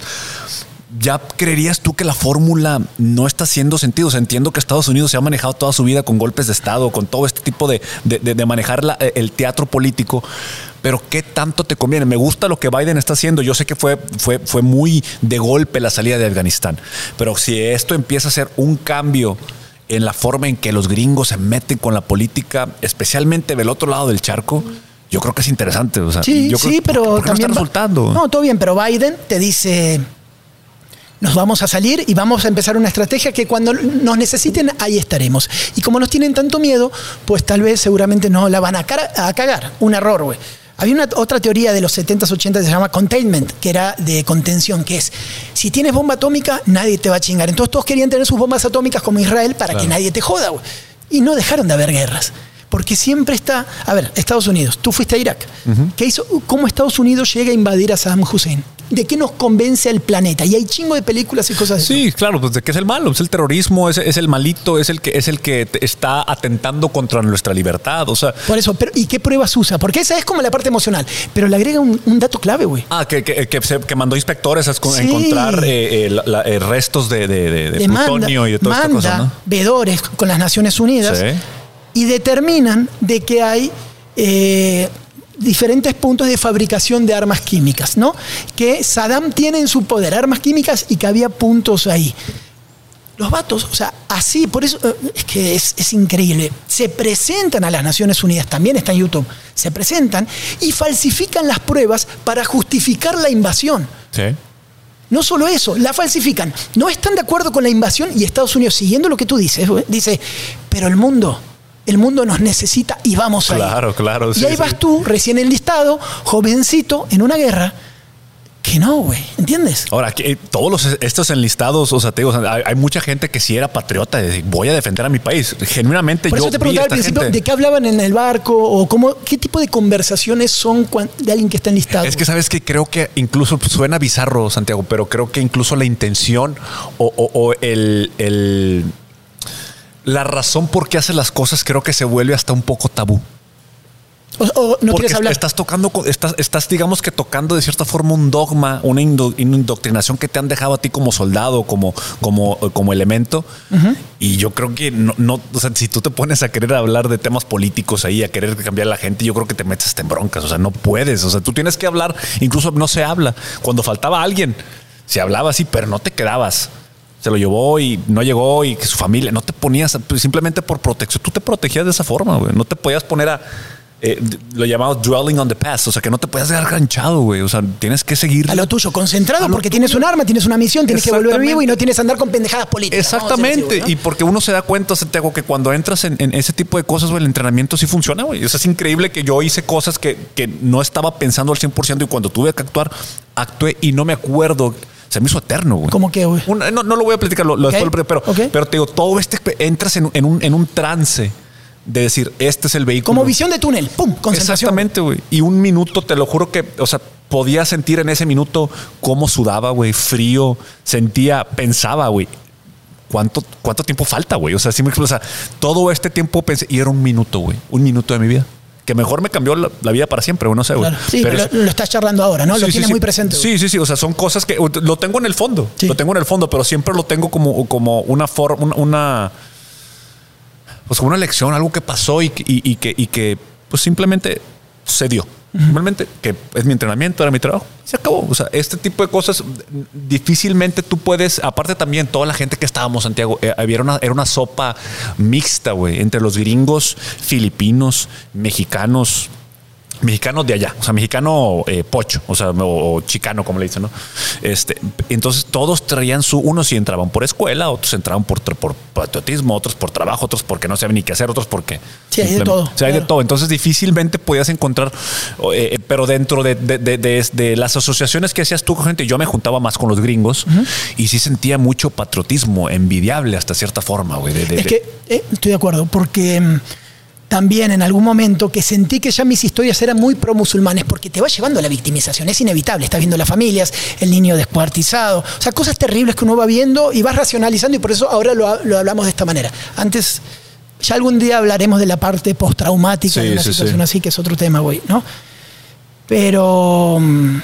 ¿Ya creerías tú que la fórmula no está haciendo sentido? O sea, entiendo que Estados Unidos se ha manejado toda su vida con golpes de Estado, con todo este tipo de, de, de, de manejar la, el teatro político. Pero ¿qué tanto te conviene? Me gusta lo que Biden está haciendo. Yo sé que fue, fue, fue muy de golpe la salida de Afganistán. Pero si esto empieza a ser un cambio en la forma en que los gringos se meten con la política, especialmente del otro lado del charco, yo creo que es interesante. O sea, sí, yo sí, creo, pero ¿por qué también no está resultando? No, todo bien, pero Biden te dice... Nos vamos a salir y vamos a empezar una estrategia que cuando nos necesiten, ahí estaremos. Y como nos tienen tanto miedo, pues tal vez seguramente no la van a, cara, a cagar. Un error, güey. Había una otra teoría de los setentas, ochentas que se llama containment, que era de contención, que es, si tienes bomba atómica, nadie te va a chingar. Entonces todos querían tener sus bombas atómicas como Israel para claro. que nadie te joda, güey. Y no dejaron de haber guerras. Porque siempre está... A ver, Estados Unidos, tú fuiste a Irak. Uh-huh. ¿Qué hizo? ¿Cómo Estados Unidos llega a invadir a Saddam Hussein? ¿De qué nos convence el planeta? Y hay chingo de películas y cosas así. Sí, claro, pues de qué es el malo, es el terrorismo, es, es el malito, es el que es el que está atentando contra nuestra libertad, o sea. Por eso, pero ¿y qué pruebas usa? Porque esa es como la parte emocional, pero le agrega un, un dato clave, güey. Ah, que, que, que, se, que mandó inspectores a sí. encontrar eh, eh, la, eh, restos de, de, de, de plutonio manda, y de toda esta cosa, ¿no? Vedores con las Naciones Unidas sí. y determinan de que hay... Eh, diferentes puntos de fabricación de armas químicas, ¿no? Que Saddam tiene en su poder armas químicas y que había puntos ahí. Los vatos, o sea, así, por eso es que es, es increíble. Se presentan a las Naciones Unidas, también está en YouTube, se presentan y falsifican las pruebas para justificar la invasión. Sí. No solo eso, la falsifican. No están de acuerdo con la invasión y Estados Unidos, siguiendo lo que tú dices, dice, pero el mundo, el mundo nos necesita y vamos a ir. Claro, claro. Y sí, ahí sí. vas tú, recién enlistado, jovencito, en una guerra. Que no, güey, ¿entiendes? Ahora, que, eh, todos los, estos enlistados, o sea, te digo, o sea, hay, hay mucha gente que sí era patriota, de decir, voy a defender a mi país. Genuinamente Por yo eso te preguntaba al principio, gente... ¿de qué hablaban en el barco? O cómo, ¿qué tipo de conversaciones son de alguien que está enlistado? Es que sabes que creo que incluso suena bizarro, Santiago, pero creo que incluso la intención o, o, o el, el la razón por qué haces las cosas creo que se vuelve hasta un poco tabú. O, o no Porque quieres hablar. Estás tocando, estás, estás, digamos que tocando de cierta forma un dogma, una indo, indoctrinación que te han dejado a ti como soldado, como, como, como elemento. Uh-huh. Y yo creo que no, no, o sea, si tú te pones a querer hablar de temas políticos ahí, a querer cambiar a la gente, yo creo que te metes en broncas. O sea, no puedes. O sea, tú tienes que hablar, incluso no se habla. Cuando faltaba alguien, se hablaba así, pero no te quedabas. Se lo llevó y no llegó y que su familia, no te ponías simplemente por protección. Tú te protegías de esa forma, güey. No te podías poner a. Eh, lo llamamos dwelling on the past, o sea que no te puedes quedar ganchado, güey. O sea, tienes que seguir a lo tuyo, concentrado, lo porque tuyo. Tienes un arma, tienes una misión, tienes que volver vivo y no tienes que andar con pendejadas políticas. Exactamente, ¿no? Y porque uno se da cuenta, Santiago, que cuando entras en, en ese tipo de cosas, güey, el entrenamiento sí funciona, güey. O sea, es increíble que yo hice cosas que, que no estaba pensando al cien por ciento y cuando tuve que actuar, actué y no me acuerdo. Se me hizo eterno, güey. ¿Cómo qué, güey? No, no lo voy a platicar, lo, lo okay. después, pero, okay. pero te digo, todo este, entras en, en, un, en un trance de decir, este es el vehículo. Como visión de túnel, pum, concentración. Exactamente, güey. Y un minuto, te lo juro que, o sea, podía sentir en ese minuto cómo sudaba, güey, frío, sentía, pensaba, güey, ¿cuánto, cuánto tiempo falta, güey? O sea, sí me explico, o sea, todo este tiempo pensé, y era un minuto, güey, un minuto de mi vida. Que mejor me cambió la, la vida para siempre, güey, no sé, güey. Claro. Sí, pero, pero lo, lo estás charlando ahora, ¿no? Sí, lo sí, tienes sí. muy presente. Sí, sí, sí. O sea, son cosas que lo tengo en el fondo. Sí. Lo tengo en el fondo, pero siempre lo tengo como, como una forma, una, una. Pues como una lección, algo que pasó y, y, y, que, y que pues simplemente se dio. Uh-huh. Simplemente que es mi entrenamiento, era mi trabajo. Se acabó. O sea, este tipo de cosas difícilmente tú puedes. Aparte también toda la gente que estábamos, Santiago, eh, había una, era una sopa mixta, güey, entre los gringos, filipinos, mexicanos. Mexicanos de allá, o sea, mexicano eh, pocho, o sea, o, o chicano, como le dicen, ¿no? Este, entonces todos traían su, unos sí entraban por escuela, otros entraban por, por patriotismo, otros por trabajo, otros porque no saben ni qué hacer, otros porque. Sí, hay de todo. O sea, hay claro. de todo. Entonces difícilmente podías encontrar, eh, pero dentro de, de, de, de, de las asociaciones que hacías tú con gente, yo me juntaba más con los gringos uh-huh. y sí sentía mucho patriotismo, envidiable hasta cierta forma, güey. De, de, es que eh, estoy de acuerdo, porque. También en algún momento que sentí que ya mis historias eran muy pro-musulmanes porque te va llevando a la victimización, es inevitable, estás viendo las familias, el niño descuartizado, o sea, cosas terribles que uno va viendo y vas racionalizando y por eso ahora lo, lo hablamos de esta manera. Antes, ya algún día hablaremos de la parte postraumática sí, de una sí, situación sí. así, que es otro tema, güey, ¿no? Pero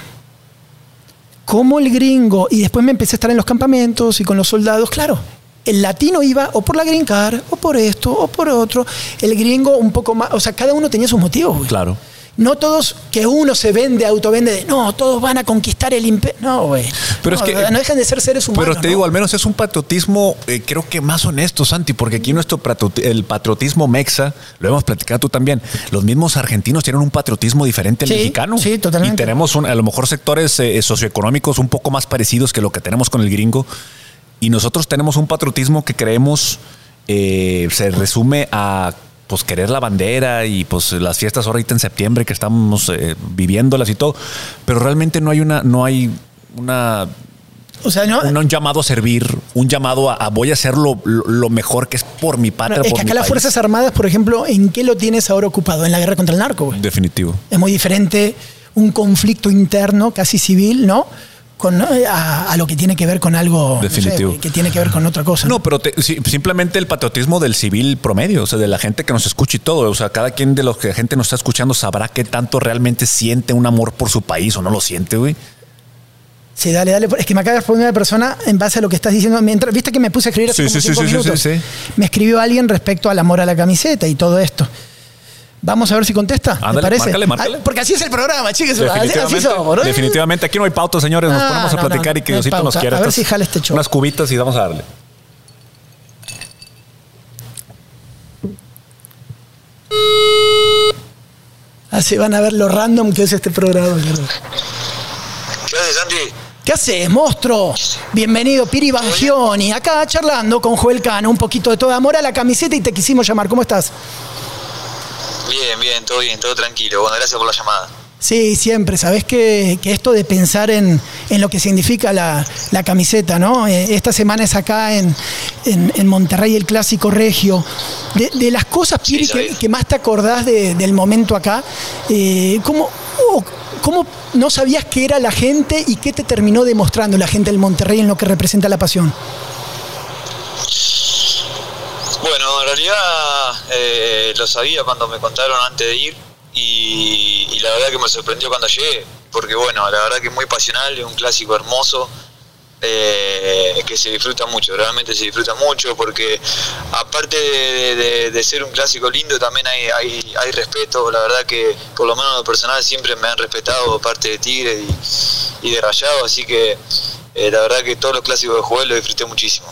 como el gringo, y después me empecé a estar en los campamentos y con los soldados, claro. El latino iba o por la green card, o por esto, o por otro. El gringo un poco más... O sea, cada uno tenía sus motivos, güey. Claro. No todos, que uno se vende, autovende de, no, todos van a conquistar el imperio. No, güey. Pero no, es que... No dejan de ser seres humanos. Pero te ¿no? digo, al menos es un patriotismo, eh, creo que más honesto, Santi, porque aquí nuestro el patriotismo mexa, lo hemos platicado tú también, los mismos argentinos tienen un patriotismo diferente al sí, mexicano. Sí, totalmente. Y tenemos un, a lo mejor sectores eh, socioeconómicos un poco más parecidos que lo que tenemos con el gringo. Y nosotros tenemos un patriotismo que creemos eh, se resume a pues querer la bandera y pues las fiestas ahorita en septiembre que estamos eh, viviéndolas y todo, pero realmente no hay una no hay una o sea, no, un, un llamado a servir, un llamado a, a voy a hacer lo, lo, lo mejor que es por mi patria. No, es por que mi acá las país. Fuerzas Armadas, por ejemplo, ¿en qué lo tienes ahora ocupado? En la guerra contra el narco, güey. Definitivo. Es muy diferente un conflicto interno, casi civil, ¿no? Con, a, a lo que tiene que ver con algo definitivo, no sé, que tiene que ver con otra cosa. No, no pero te, sí, simplemente el patriotismo del civil promedio, o sea, de la gente que nos escucha y todo. O sea, cada quien de los que la gente nos está escuchando sabrá qué tanto realmente siente un amor por su país o no lo siente, güey. Sí, dale, dale. Es que me acaba de responder una persona en base a lo que estás diciendo. Mientras, viste que me puse a escribir hace sí, como sí, cinco sí, minutos. Sí, sí, sí. Me escribió alguien respecto al amor a la camiseta y todo esto. Vamos a ver si contesta. ¿Te parece? Márcale, márcale. Ah, porque así es el programa, chicos. Definitivamente, así somos, ¿no? definitivamente. Aquí no hay pauta, señores. Nos ah, ponemos a no, platicar no, y que no Diosito nos quiera. A ver si jala este show. Unas cubitas y vamos a darle. Así van a ver lo random que es este programa. ¿Qué haces, Santi? ¿Qué haces, monstruo? Bienvenido, Piri Bangioni. Acá charlando con Joel Cano, un poquito de todo amor a la camiseta y te quisimos llamar. ¿Cómo estás? Bien, bien, todo bien, todo tranquilo. Bueno, gracias por la llamada. Sí, siempre. Sabés que, que esto de pensar en, en lo que significa la, la camiseta, ¿no? Eh, esta semana es acá en, en, en Monterrey el Clásico Regio. De, de las cosas, Piri, sí, que, que más te acordás de, del momento acá, eh, ¿cómo, oh, ¿cómo no sabías qué era la gente y qué te terminó demostrando la gente del Monterrey en lo que representa la pasión? Bueno, en realidad eh, lo sabía cuando me contaron antes de ir. Y, y la verdad que me sorprendió cuando llegué, porque bueno, la verdad que es muy pasional, es un clásico hermoso, eh, que se disfruta mucho, realmente se disfruta mucho, porque aparte de, de, de ser un clásico lindo, también hay, hay, hay respeto. La verdad que por lo menos en lo personal siempre me han respetado parte de Tigre y, y de Rayado, así que eh, la verdad que todos los clásicos de Joel los disfruté muchísimo.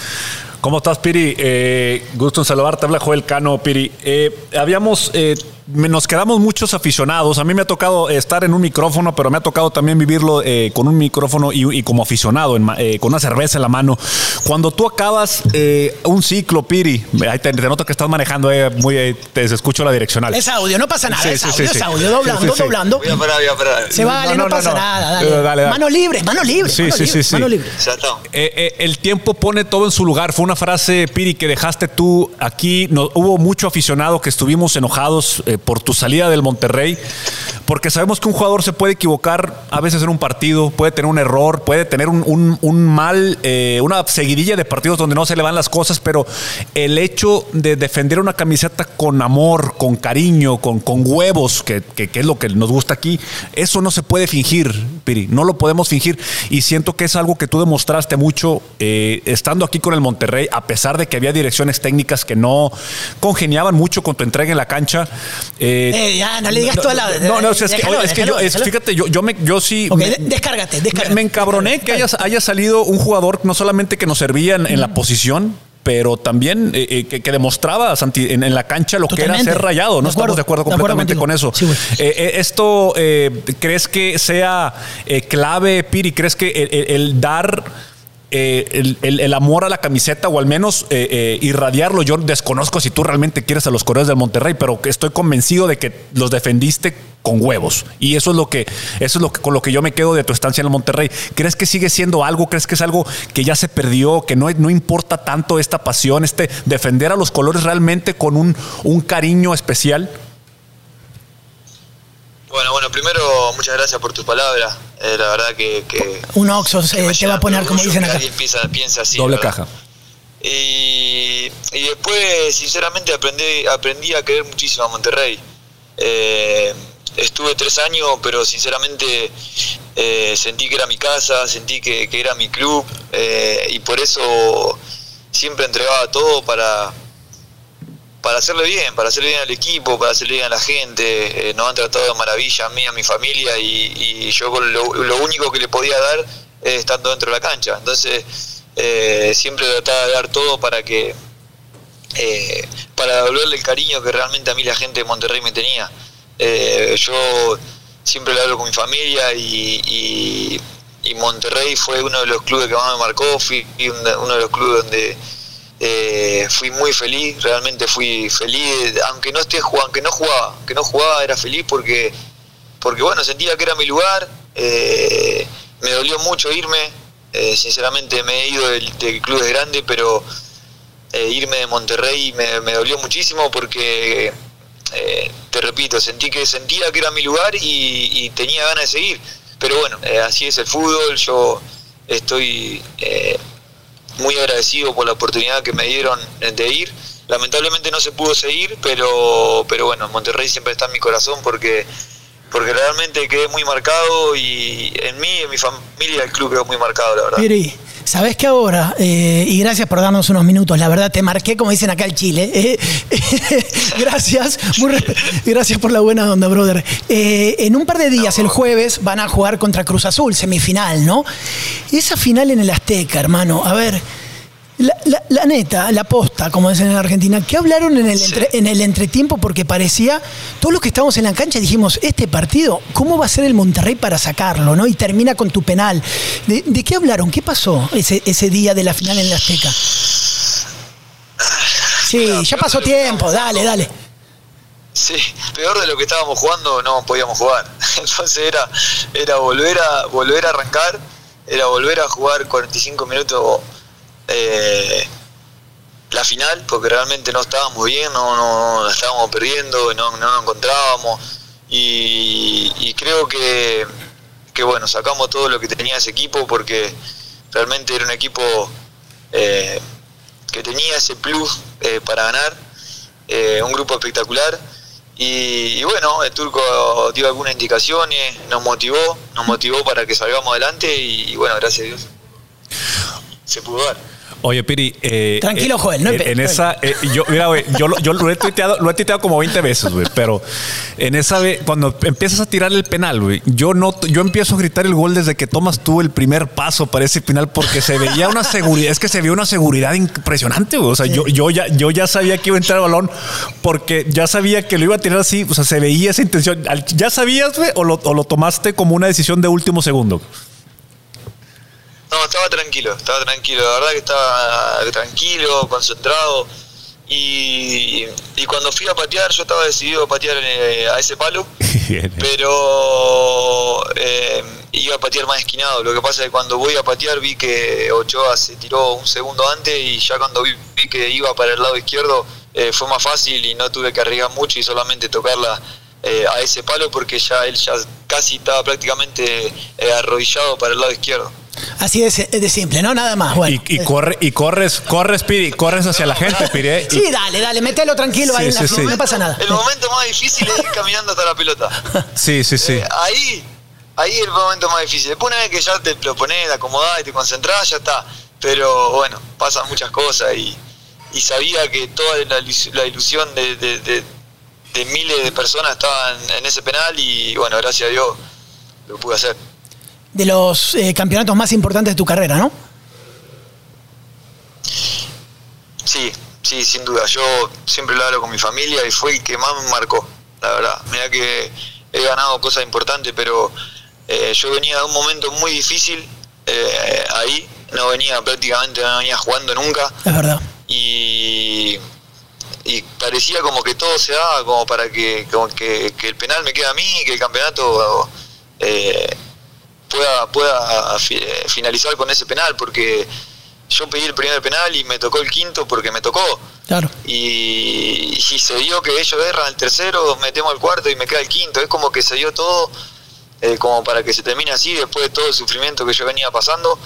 ¿Cómo estás, Piri? Eh, gusto en saludarte, habla Joel Cano, Piri. Eh, habíamos... Eh, Nos quedamos muchos aficionados. A mí me ha tocado estar en un micrófono, pero me ha tocado también vivirlo eh, con un micrófono y, y como aficionado, en, eh, con una cerveza en la mano. Cuando tú acabas eh, un ciclo, Piri, ahí te, te noto que estás manejando, eh, muy, eh, te escucho la direccional. Es audio, no pasa nada. Sí, es sí, audio, sí, es sí. audio, doblando, sí, sí, sí. doblando. Voy a parar, voy a parar. Se vale, no, no, no pasa no, no. nada. Dale. Dale, dale. Mano libre, mano libre. Sí, mano sí, libre, sí, mano sí. libre. Ya está. Eh, eh, el tiempo pone todo en su lugar. Fue una frase, Piri, que dejaste tú aquí. No, hubo mucho aficionado que estuvimos enojados eh, por tu salida del Monterrey, porque sabemos que un jugador se puede equivocar a veces en un partido, puede tener un error, puede tener un, un, un mal, eh, una seguidilla de partidos donde no se le van las cosas, pero el hecho de defender una camiseta con amor, con cariño, con, con huevos, que, que, que es lo que nos gusta aquí, eso no se puede fingir, Piri, no lo podemos fingir, y siento que es algo que tú demostraste mucho eh, estando aquí con el Monterrey, a pesar de que había direcciones técnicas que no congeniaban mucho con tu entrega en la cancha. Eh, eh, ya, no le digas toda la... No, no, es que, déjalo, es que déjalo, yo, es, fíjate, yo, yo, me, yo sí... Okay, me, descárgate, descárgate. Me encabroné descárgate, que haya, haya salido un jugador no solamente que nos servía en, mm. en la posición, pero también eh, que, que demostraba Santi, en, en la cancha lo Totalmente. que era ser Rayado. No de estamos de acuerdo completamente de acuerdo con eso. Sí, eh, eh, ¿Esto eh, crees que sea eh, clave, Piri? ¿Crees que el, el, el dar... Eh, el, el, el amor a la camiseta o al menos eh, eh, irradiarlo? Yo desconozco si tú realmente quieres a los Correos del Monterrey, pero estoy convencido de que los defendiste con huevos, y eso es lo que eso es lo que con lo que yo me quedo de tu estancia en el Monterrey. ¿Crees que sigue siendo algo? ¿Crees que es algo que ya se perdió, que no, no importa tanto esta pasión, este defender a los colores realmente con un, un cariño especial? Bueno, bueno, primero, muchas gracias por tus palabras. Eh, la verdad que... que un Oxxo eh, te va a poner, como dicen acá. Alguien piensa, piensa así. Doble ¿verdad? caja. Y, y después, sinceramente, aprendí, aprendí a querer muchísimo a Monterrey. Eh, estuve tres años, pero sinceramente eh, sentí que era mi casa, sentí que, que era mi club, eh, y por eso siempre entregaba todo para... para hacerle bien, para hacerle bien al equipo, para hacerle bien a la gente. Eh, nos han tratado de maravilla a mí, a mi familia, y, y yo lo, lo único que le podía dar es estando dentro de la cancha. Entonces eh, siempre trataba de dar todo para que eh, para devolverle el cariño que realmente a mí la gente de Monterrey me tenía. Eh, yo siempre le hablo con mi familia, y, y, y Monterrey fue uno de los clubes que más me marcó, fui uno de los clubes donde Eh, fui muy feliz, realmente fui feliz, aunque no esté jugando, aunque no jugaba, que no jugaba era feliz porque, porque bueno, sentía que era mi lugar. Eh, me dolió mucho irme, eh, sinceramente me he ido del, del club de grande, pero eh, irme de Monterrey me, me dolió muchísimo porque, eh, te repito, sentí que sentía que era mi lugar y, y tenía ganas de seguir. Pero bueno, eh, así es el fútbol. Yo estoy eh, muy agradecido por la oportunidad que me dieron de ir. Lamentablemente no se pudo seguir, pero pero bueno, Monterrey siempre está en mi corazón porque porque realmente quedé muy marcado, y en mí, en mi familia, el club quedó muy marcado, la verdad. Piri, ¿sabés que ahora, eh, y gracias por darnos unos minutos, la verdad te marqué, como dicen acá en Chile, eh, eh, gracias, muy gracias por la buena onda, brother. Eh, en un par de días, no, el jueves, van a jugar contra Cruz Azul, semifinal, ¿no? Esa final en el Azteca, hermano, a ver, La, la, la neta, la posta, como dicen en Argentina, ¿qué hablaron en el, entre, en el entretiempo? Porque parecía, todos los que estábamos en la cancha dijimos, este partido, ¿cómo va a ser el Monterrey para sacarlo, ¿no? Y termina con tu penal. ¿De, de qué hablaron? ¿Qué pasó ese, ese día de la final en el Azteca? Sí, no, ya pasó tiempo, dale, dale. Sí, peor de lo que estábamos jugando no podíamos jugar. Entonces era, era volver a volver a arrancar, era volver a jugar cuarenta y cinco minutos eh, la final, porque realmente no estábamos bien, no, no, no la estábamos perdiendo, no, no nos encontrábamos y, y creo que, que bueno, sacamos todo lo que tenía ese equipo porque realmente era un equipo eh, que tenía ese plus eh, para ganar, eh, un grupo espectacular. Y, y bueno, el Turco dio algunas indicaciones, nos motivó, nos motivó para que salgamos adelante y, y bueno, gracias a Dios se pudo dar. Oye, Piri, eh, tranquilo, eh, Joel, no en, en esa, eh, yo, mira, güey, yo, yo lo he tuiteado, lo he tuiteado como veinte veces, güey, pero en esa vez, cuando empiezas a tirar el penal, güey, yo no, yo empiezo a gritar el gol desde que tomas tú el primer paso para ese penal porque se veía una seguridad, es que se veía una seguridad impresionante, güey, o sea, sí. yo, yo ya, yo ya sabía que iba a entrar el balón porque ya sabía que lo iba a tirar así, o sea, se veía esa intención. ¿Ya sabías, güey, o lo, o lo tomaste como una decisión de último segundo? No, estaba tranquilo, estaba tranquilo, la verdad que estaba tranquilo, concentrado y, y cuando fui a patear yo estaba decidido a patear eh, a ese palo, pero eh, iba a patear más esquinado. Lo que pasa es que cuando voy a patear vi que Ochoa se tiró un segundo antes y ya cuando vi, vi que iba para el lado izquierdo eh, fue más fácil y no tuve que arriesgar mucho y solamente tocarla eh, a ese palo porque ya él ya casi estaba prácticamente eh, arrodillado para el lado izquierdo. Así de, de simple, ¿no? Nada más. Bueno, y, y, corre, y corres, corres, Piri, corres hacia la gente, Piri. ¿eh? Sí, dale, dale, mételo tranquilo sí, ahí, sí, en la, sí. No pasa nada. El momento más difícil es ir caminando hasta la pelota. Sí, sí, sí. Eh, ahí, ahí es el momento más difícil. Después una vez que ya te lo pones, te acomodás y te concentrás, ya está. Pero bueno, pasan muchas cosas y, y sabía que toda la, la ilusión de, de, de, de miles de personas estaba en, en ese penal y bueno, gracias a Dios lo pude hacer. De los eh, campeonatos más importantes de tu carrera, ¿no? Sí, sí, sin duda. Yo siempre lo hablo con mi familia y fue el que más me marcó, la verdad. Mirá que he ganado cosas importantes, pero eh, yo venía de un momento muy difícil eh, ahí. No venía prácticamente, no venía jugando nunca. Es verdad. Y, y parecía como que todo se daba como para que, como que, que el penal me quede a mí y que el campeonato... Eh, pueda pueda finalizar con ese penal porque yo pedí el primer penal y me tocó el quinto porque me tocó. Claro. Y, y si se dio que ellos erran el tercero, metemos el cuarto y me queda el quinto. Es como que se dio todo eh, como para que se termine así después de todo el sufrimiento que yo venía pasando.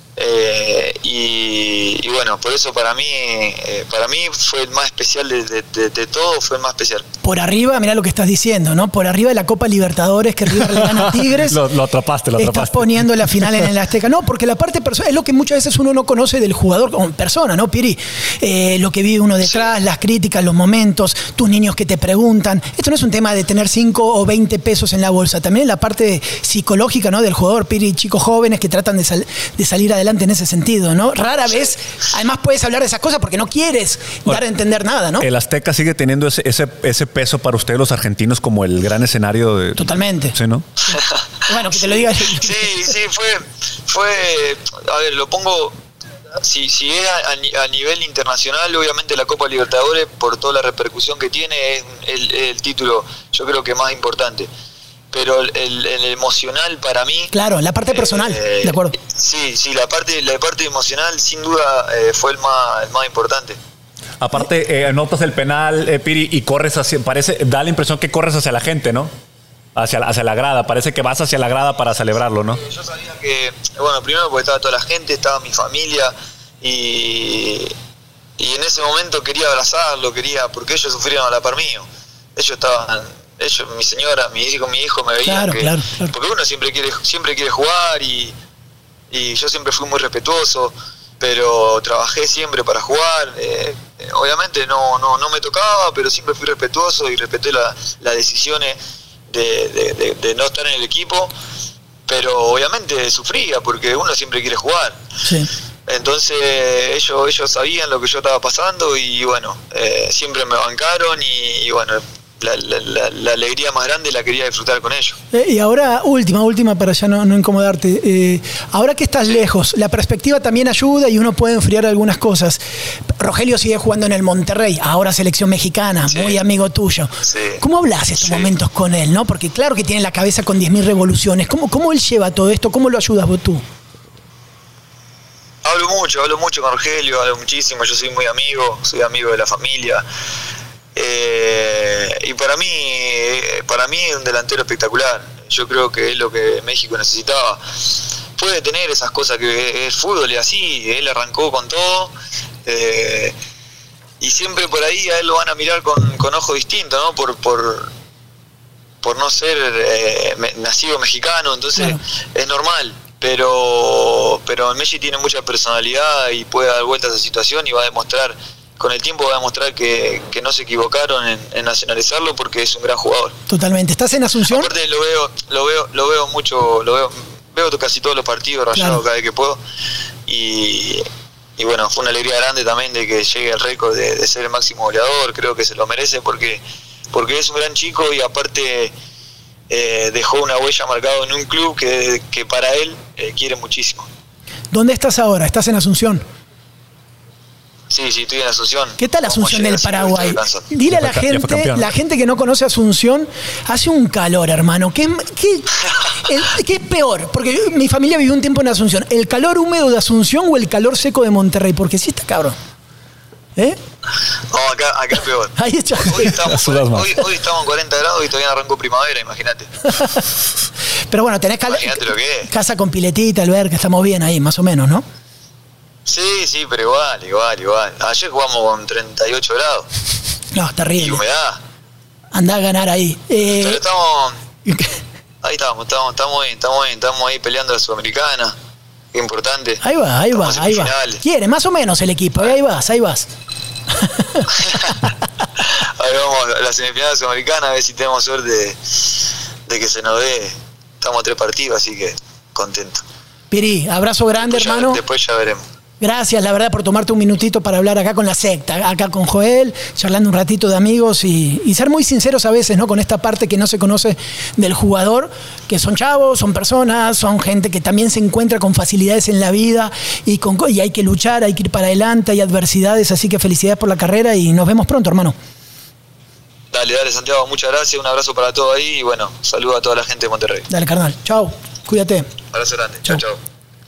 Eh, y, y bueno, por eso para mí eh, para mí fue el más especial de, de, de, de todo, fue el más especial. Por arriba, mirá lo que estás diciendo, ¿no? Por arriba de la Copa Libertadores que River le gana a Tigres. lo, lo atrapaste, lo atrapaste. Estás poniendo la final en el Azteca. No, porque la parte personal es lo que muchas veces uno no conoce del jugador como persona, ¿no, Piri? Eh, lo que vive uno detrás, sí. Las críticas, los momentos, tus niños que te preguntan. Esto no es un tema de tener cinco o veinte pesos en la bolsa, también es la parte psicológica, ¿no? Del jugador, Piri, chicos jóvenes que tratan de, sal, de salir adelante en ese sentido, ¿no? Rara vez, además puedes hablar de esas cosas porque no quieres dar a entender nada, ¿no? El Azteca sigue teniendo ese, ese, ese peso para ustedes los argentinos como el gran escenario de... Totalmente. Sí, ¿no? Bueno, que te lo diga. Sí, sí, fue, fue, a ver, lo pongo, si, si es a, a nivel internacional, obviamente la Copa Libertadores, por toda la repercusión que tiene, es el, el título, yo creo que más importante. Pero el, el emocional para mí... Claro, la parte personal, eh, de acuerdo. Sí, sí, la parte, la parte emocional sin duda eh, fue el más, el más importante. Aparte, eh, anotas el penal, eh, Piri, y corres hacia... Parece, da la impresión que corres hacia la gente, ¿no? Hacia, hacia la grada, parece que vas hacia la grada para celebrarlo, ¿no? Yo sabía que, bueno, primero porque estaba toda la gente, estaba mi familia y, y en ese momento quería abrazarlo, quería, porque ellos sufrieron a la par mío. Ellos estaban... Ellos, mi señora, mi hijo, mi hijo me veían claro, que, claro, claro. Porque uno siempre quiere, siempre quiere jugar y, y yo siempre fui muy respetuoso, pero trabajé siempre para jugar. Eh, obviamente no, no, no me tocaba, pero siempre fui respetuoso y respeté la, las decisiones de, de, de, de no estar en el equipo, pero obviamente sufría porque uno siempre quiere jugar. Sí. Entonces ellos ellos sabían lo que yo estaba pasando y bueno, eh, siempre me bancaron y, y bueno, la, la, la, la alegría más grande la quería disfrutar con ellos. Eh, y ahora, última, última para ya no, no incomodarte. Eh, ahora que estás lejos, la perspectiva también ayuda y uno puede enfriar algunas cosas. Rogelio sigue jugando en el Monterrey, ahora selección mexicana, sí. Muy amigo tuyo. Sí. ¿Cómo hablas estos sí. momentos con él, no? Porque claro que tiene la cabeza con diez mil revoluciones. ¿Cómo, ¿Cómo él lleva todo esto? ¿Cómo lo ayudas vos tú? Hablo mucho, hablo mucho con Rogelio, hablo muchísimo. Yo soy muy amigo, soy amigo de la familia. Eh, y para mí, para mí es un delantero espectacular. Yo creo que es lo que México necesitaba. Puede tener esas cosas que el fútbol es así, él arrancó con todo, eh, y siempre por ahí a él lo van a mirar con, con ojo distinto, ¿no? Por, por, por no ser eh, me, nacido mexicano, entonces claro. Es normal. Pero, pero Messi tiene mucha personalidad y puede dar vueltas a esa situación y va a demostrar, con el tiempo va a demostrar que, que no se equivocaron en, en nacionalizarlo porque es un gran jugador. Totalmente. ¿Estás en Asunción? Aparte lo veo, lo veo, lo veo mucho, lo veo, veo casi todos los partidos Rayado claro. Cada vez que puedo. Y, y bueno, fue una alegría grande también de que llegue al récord de, de ser el máximo goleador. Creo que se lo merece porque, porque es un gran chico y aparte eh, dejó una huella marcada en un club que, que para él eh, quiere muchísimo. ¿Dónde estás ahora? ¿Estás en Asunción? Sí, sí, estoy en Asunción. ¿Qué tal Asunción del Paraguay? Dile a la gente, la gente que no conoce Asunción, hace un calor, hermano. ¿Qué, qué, el, ¿Qué es peor? Porque mi familia vivió un tiempo en Asunción. ¿El calor húmedo de Asunción o el calor seco de Monterrey? Porque sí está cabrón. ¿Eh? No, acá, acá es peor. Ahí está. Hoy estamos, hoy, hoy, hoy estamos en cuarenta grados y todavía no arrancó primavera, imagínate. Pero bueno, tenés cal- imagínate lo que es. Casa con piletita, alberca, estamos bien ahí, más o menos, ¿no? Sí, sí, pero igual, igual, igual. Ayer jugamos con treinta y ocho grados. No, terrible. Y humedad. Andá a ganar ahí. Eh... Pero estamos... Ahí estamos, estamos, estamos bien, estamos bien, estamos ahí peleando la Sudamericana. Qué importante. Ahí va, ahí estamos va, ahí va. Quiere, más o menos el equipo, ahí vas, ahí vas. Ahí vamos a la semifinal sudamericana a ver si tenemos suerte de, de que se nos dé. Estamos a tres partidos, así que contento. Piri, abrazo grande, después hermano. Ya, después ya veremos. Gracias, la verdad, por tomarte un minutito para hablar acá con la secta, acá con Joel, charlando un ratito de amigos y, y ser muy sinceros a veces, ¿no? Con esta parte que no se conoce del jugador, que son chavos, son personas, son gente que también se encuentra con facilidades en la vida y, con, y hay que luchar, hay que ir para adelante, hay adversidades, así que felicidades por la carrera y nos vemos pronto, hermano. Dale, dale, Santiago, muchas gracias, un abrazo para todos ahí y bueno, saludo a toda la gente de Monterrey. Dale, carnal, chao, cuídate. Abrazo grande, chao, chao.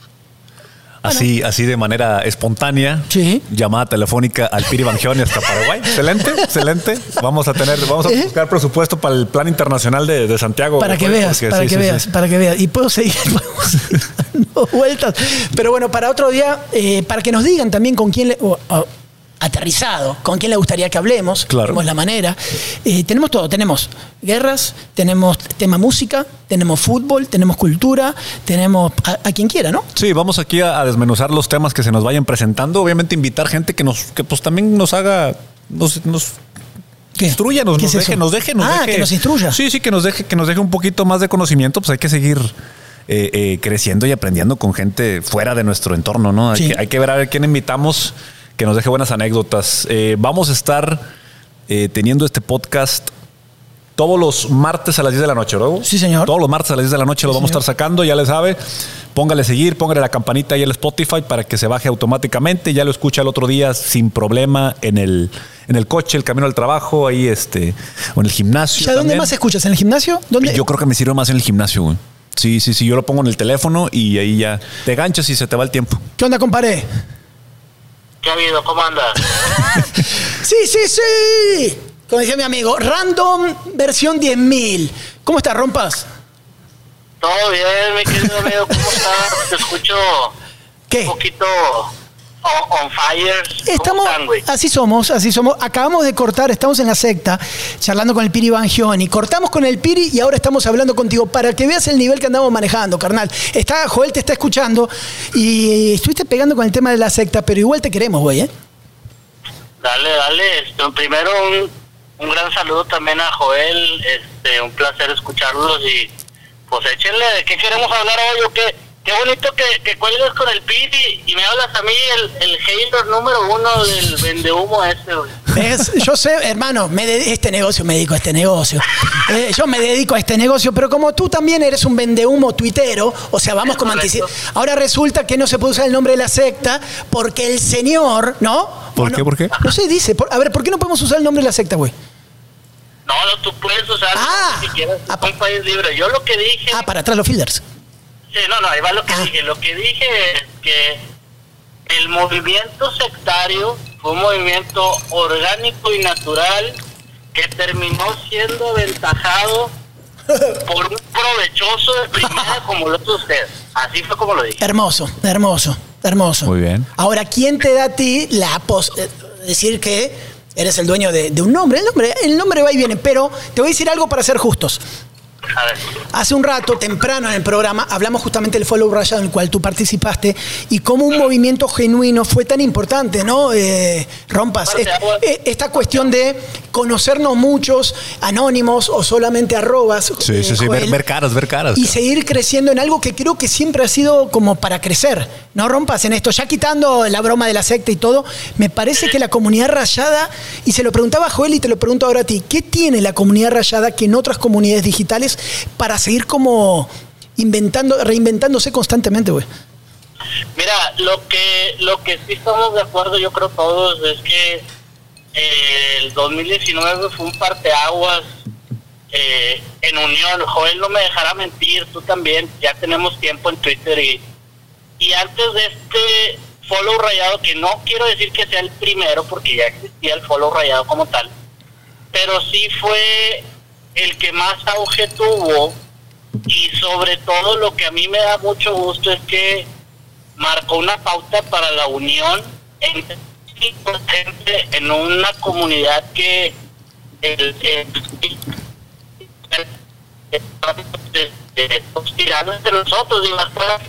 Así, bueno. así de manera espontánea, sí. Llamada telefónica al Piri Bangioni hasta Paraguay. Excelente, excelente. Vamos a tener, vamos a buscar ¿Eh? presupuesto para el plan internacional de, de Santiago. Para que veas, porque, para sí, que sí, veas, sí. para que veas. Y puedo seguir, podemos seguir dando vueltas. Pero bueno, para otro día, eh, para que nos digan también con quién le. Oh, oh, aterrizado, con quién le gustaría que hablemos, claro. Tenemos la manera. Eh, tenemos todo, tenemos guerras, tenemos tema música, tenemos fútbol, tenemos cultura, tenemos a, a quien quiera, ¿no? Sí, vamos aquí a, a desmenuzar los temas que se nos vayan presentando. Obviamente invitar gente que nos, que pues también nos haga, nos, nos ¿Qué? instruya, nos, ¿Qué nos es deje, eso? nos deje, nos ah, deje. que nos instruya. Sí, sí, que nos deje, que nos deje un poquito más de conocimiento, pues hay que seguir eh, eh, creciendo y aprendiendo con gente fuera de nuestro entorno, ¿no? Hay, sí. que, hay que ver a ver quién invitamos. Que nos deje buenas anécdotas. Eh, vamos a estar eh, teniendo este podcast todos los martes a las diez de la noche, ¿no? Sí, señor. Todos los martes a las diez de la noche sí, lo vamos señor. a estar sacando, ya le sabe. Póngale seguir, póngale la campanita ahí en Spotify para que se baje automáticamente. Ya lo escucha el otro día sin problema en el, en el coche, el camino al trabajo, ahí este, o en el gimnasio. ¿Ya dónde más escuchas? ¿En el gimnasio? ¿Dónde? Yo creo que me sirve más en el gimnasio, güey. Sí, sí, sí. Yo lo pongo en el teléfono y ahí ya te ganchas y se te va el tiempo. ¿Qué onda, compadre? ¿Qué ha habido? ¿Cómo andas? sí, sí, sí. Como decía mi amigo, Random versión diez mil. ¿Cómo estás, Rompas? Todo bien, mi querido amigo. ¿Cómo estás? Te escucho ¿Qué? un poquito on, on fire. Estamos, están, güey? así somos, así somos. Acabamos de cortar, estamos en la secta, charlando con el Piri Bangioni. Cortamos con el Piri y ahora estamos hablando contigo para que veas el nivel que andamos manejando, carnal. Está, Joel te está escuchando y estuviste pegando con el tema de la secta, pero igual te queremos, güey, ¿eh? Dale, dale. Esto, primero, un, un gran saludo también a Joel. Este, un placer escucharlos y pues échenle. ¿De qué queremos hablar hoy o qué? Qué bonito que, que cuelgues con el Piri y me hablas a mí, el, el hater número uno del vendehumo ese, güey. ¿Ves? Yo sé, hermano, me de, este negocio, me dedico a este negocio. Eh, yo me dedico a este negocio, pero como tú también eres un vendehumo tuitero, o sea, vamos como anticipar. Ahora resulta que no se puede usar el nombre de la secta porque el señor, ¿no? ¿Por no, qué? ¿Por qué? No sé, dice. Por, a ver, ¿por qué no podemos usar el nombre de la secta, güey? No, no, tú puedes usar ah, si quieres, es ah, un país libre. Yo lo que dije... Ah, para atrás los fielders. Sí, no, no, ahí va lo que ah. dije. Lo que dije es que el movimiento sectario fue un movimiento orgánico y natural que terminó siendo aventajado por un provechoso de primera como lo hizo usted. Así fue como lo dije. Hermoso, hermoso, hermoso. Muy bien. Ahora, ¿quién te da a ti la pos... decir que eres el dueño de, de un nombre? El nombre, el nombre va y viene, pero te voy a decir algo para ser justos. A ver. Hace un rato, temprano en el programa, hablamos justamente del follow rayado en el cual tú participaste y cómo un movimiento genuino fue tan importante, ¿no? Eh, Rompas, es, eh, esta cuestión de conocernos muchos, anónimos o solamente arrobas. Sí, eh, sí, sí, ver, ver caras, ver caras. Y claro. seguir creciendo en algo que creo que siempre ha sido como para crecer, ¿no, Rompas? En esto, ya quitando la broma de la secta y todo, me parece que la comunidad rayada, y se lo preguntaba a Joel y te lo pregunto ahora a ti, ¿qué tiene la comunidad rayada que en otras comunidades digitales para seguir como inventando, reinventándose constantemente, güey? Mira, lo que lo que sí estamos de acuerdo, yo creo todos, es que eh, el dos mil diecinueve fue un parteaguas eh, en unión. Joel no me dejará mentir, tú también, ya tenemos tiempo en Twitter y, y antes de este follow rayado, que no quiero decir que sea el primero porque ya existía el follow rayado como tal, pero sí fue el que más auge tuvo, y sobre todo lo que a mí me da mucho gusto es que marcó una pauta para la unión entre gente en una comunidad que el, el, tirando entre nosotros y las cosas.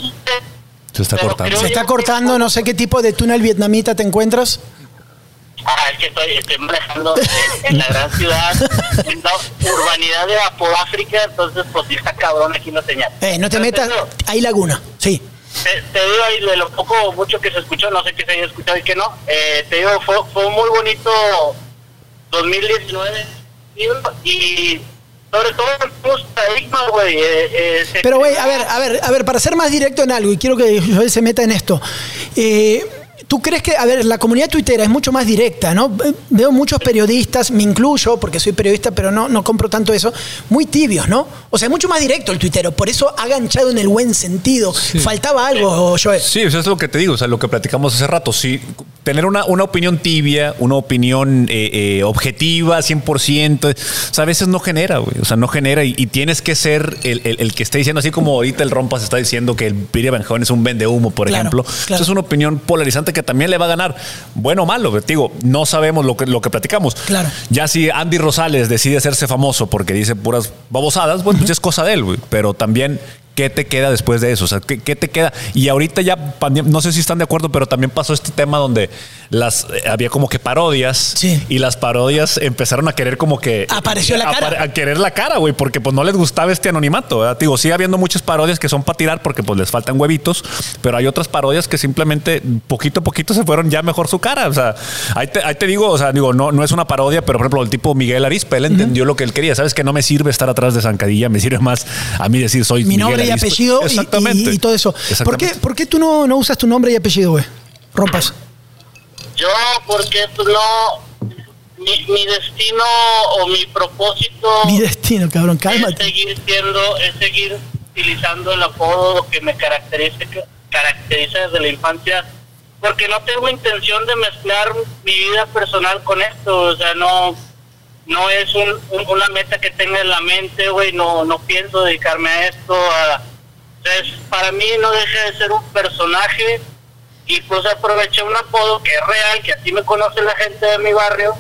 Se está cortando. Se está cortando, no sé qué tipo de túnel vietnamita te encuentras. Ah, es que estoy, estoy manejando en, en la gran ciudad, en la urbanidad de Apodáfrica, entonces pues sí está cabrón aquí no señal. Eh, no te Pero metas, digo, hay laguna, sí. Te, te digo ahí de lo poco o mucho que se escuchó, no sé qué se haya escuchado y qué no, eh, te digo, fue, fue un muy bonito dos mil diecinueve y sobre todo me gusta Igma, güey. Eh, eh, Pero güey, a ver, a ver, a ver, para ser más directo en algo, y quiero que Joel se meta en esto, eh... ¿tú crees que, a ver, la comunidad tuitera es mucho más directa, ¿no? Veo muchos periodistas, me incluyo, porque soy periodista, pero no, no compro tanto eso, muy tibios, ¿no? O sea, es mucho más directo el tuitero, por eso ha ganchado en el buen sentido. Sí. Faltaba algo, Joel. Sí, eso es lo que te digo, o sea, lo que platicamos hace rato. Sí, tener una, una opinión tibia, una opinión eh, eh, objetiva, cien por ciento, o sea, a veces no genera, güey. O sea, no genera y, y tienes que ser el, el, el que esté diciendo, así como ahorita el Rompas está diciendo que el Piri Evangelón es un vendehumo, por claro, ejemplo. Claro. Eso es una opinión polarizante que también le va a ganar, bueno o malo, digo, no sabemos lo que, lo que platicamos. Claro. Ya si Andy Rosales decide hacerse famoso porque dice puras babosadas, bueno, uh-huh. pues es cosa de él, güey. Pero también, ¿qué te queda después de eso? O sea, ¿qué, qué te queda? Y ahorita ya, no sé si están de acuerdo, pero también pasó este tema donde las eh, había como que parodias, sí. y las parodias empezaron a querer como que... Apareció la cara. A, a querer la cara, güey, porque pues no les gustaba este anonimato, ¿verdad? Digo, sigue habiendo muchas parodias que son para tirar porque pues les faltan huevitos, pero hay otras parodias que simplemente poquito a poquito se fueron ya mejor su cara. O sea, ahí te, ahí te digo, o sea, digo, no, no es una parodia, pero por ejemplo, el tipo Miguel Arizpe, él entendió uh-huh. lo que él quería. Sabes que no me sirve estar atrás de Zancadilla, me sirve más a mí decir soy mi Miguel nombre y Arizpe. Apellido y, y, y todo eso. ¿Por qué, ¿Por qué tú no, no usas tu nombre y apellido, güey? Rompas. Yo, porque pues no, mi, mi destino o mi propósito... Mi destino, cabrón, cálmate. Es seguir siendo, es seguir utilizando el apodo que me caracteriza, que caracteriza desde la infancia, porque no tengo intención de mezclar mi vida personal con esto, o sea, no, no es un, un, una meta que tenga en la mente, güey, no, no pienso dedicarme a esto, a, entonces, para mí no deja de ser un personaje. Y pues aproveché un apodo que es real, que así me conoce la gente de mi barrio,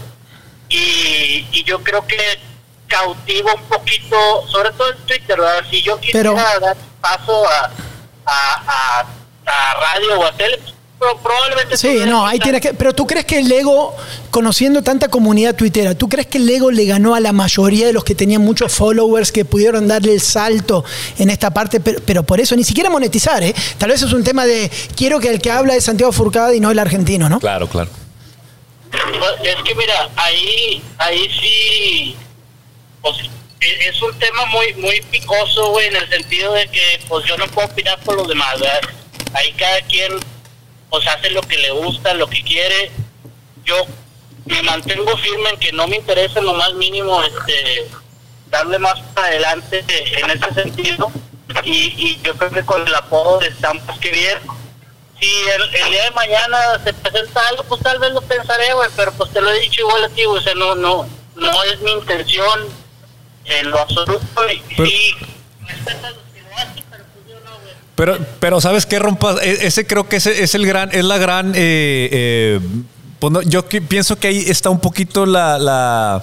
y, y yo creo que cautivo un poquito, sobre todo en Twitter, ¿verdad? Si yo quisiera Pero... dar paso a, a, a, a radio o a tele, Pero probablemente... Sí, no, ahí tienes que... Pero ¿tú crees que el ego, conociendo tanta comunidad tuitera, ¿tú crees que el ego le ganó a la mayoría de los que tenían muchos followers que pudieron darle el salto en esta parte? Pero, pero por eso, ni siquiera monetizar, ¿eh? Tal vez es un tema de, quiero que el que habla es Santiago Fourcade y no el argentino, ¿no? Claro, claro. Es que mira, ahí, ahí sí... Pues, es un tema muy muy picoso, güey, en el sentido de que pues yo no puedo opinar por los demás, ¿verdad? Ahí cada quien pues hace lo que le gusta, lo que quiere. Yo me mantengo firme en que no me interesa en lo más mínimo este darle más para adelante en ese sentido, y, y yo creo que con el apodo de Estampas que bien, si el, el día de mañana se presenta algo, pues tal vez lo pensaré, güey, pero pues te lo he dicho igual a ti, güey, o sea, no, no, no es mi intención en lo absoluto, y pero, sí, respeto a los que lo hacen, pero pues yo no, güey. Pero, pero ¿sabes qué, Rompas? Ese creo que ese es el gran, es la gran, eh, eh, pues no, yo que, pienso que ahí está un poquito la, la,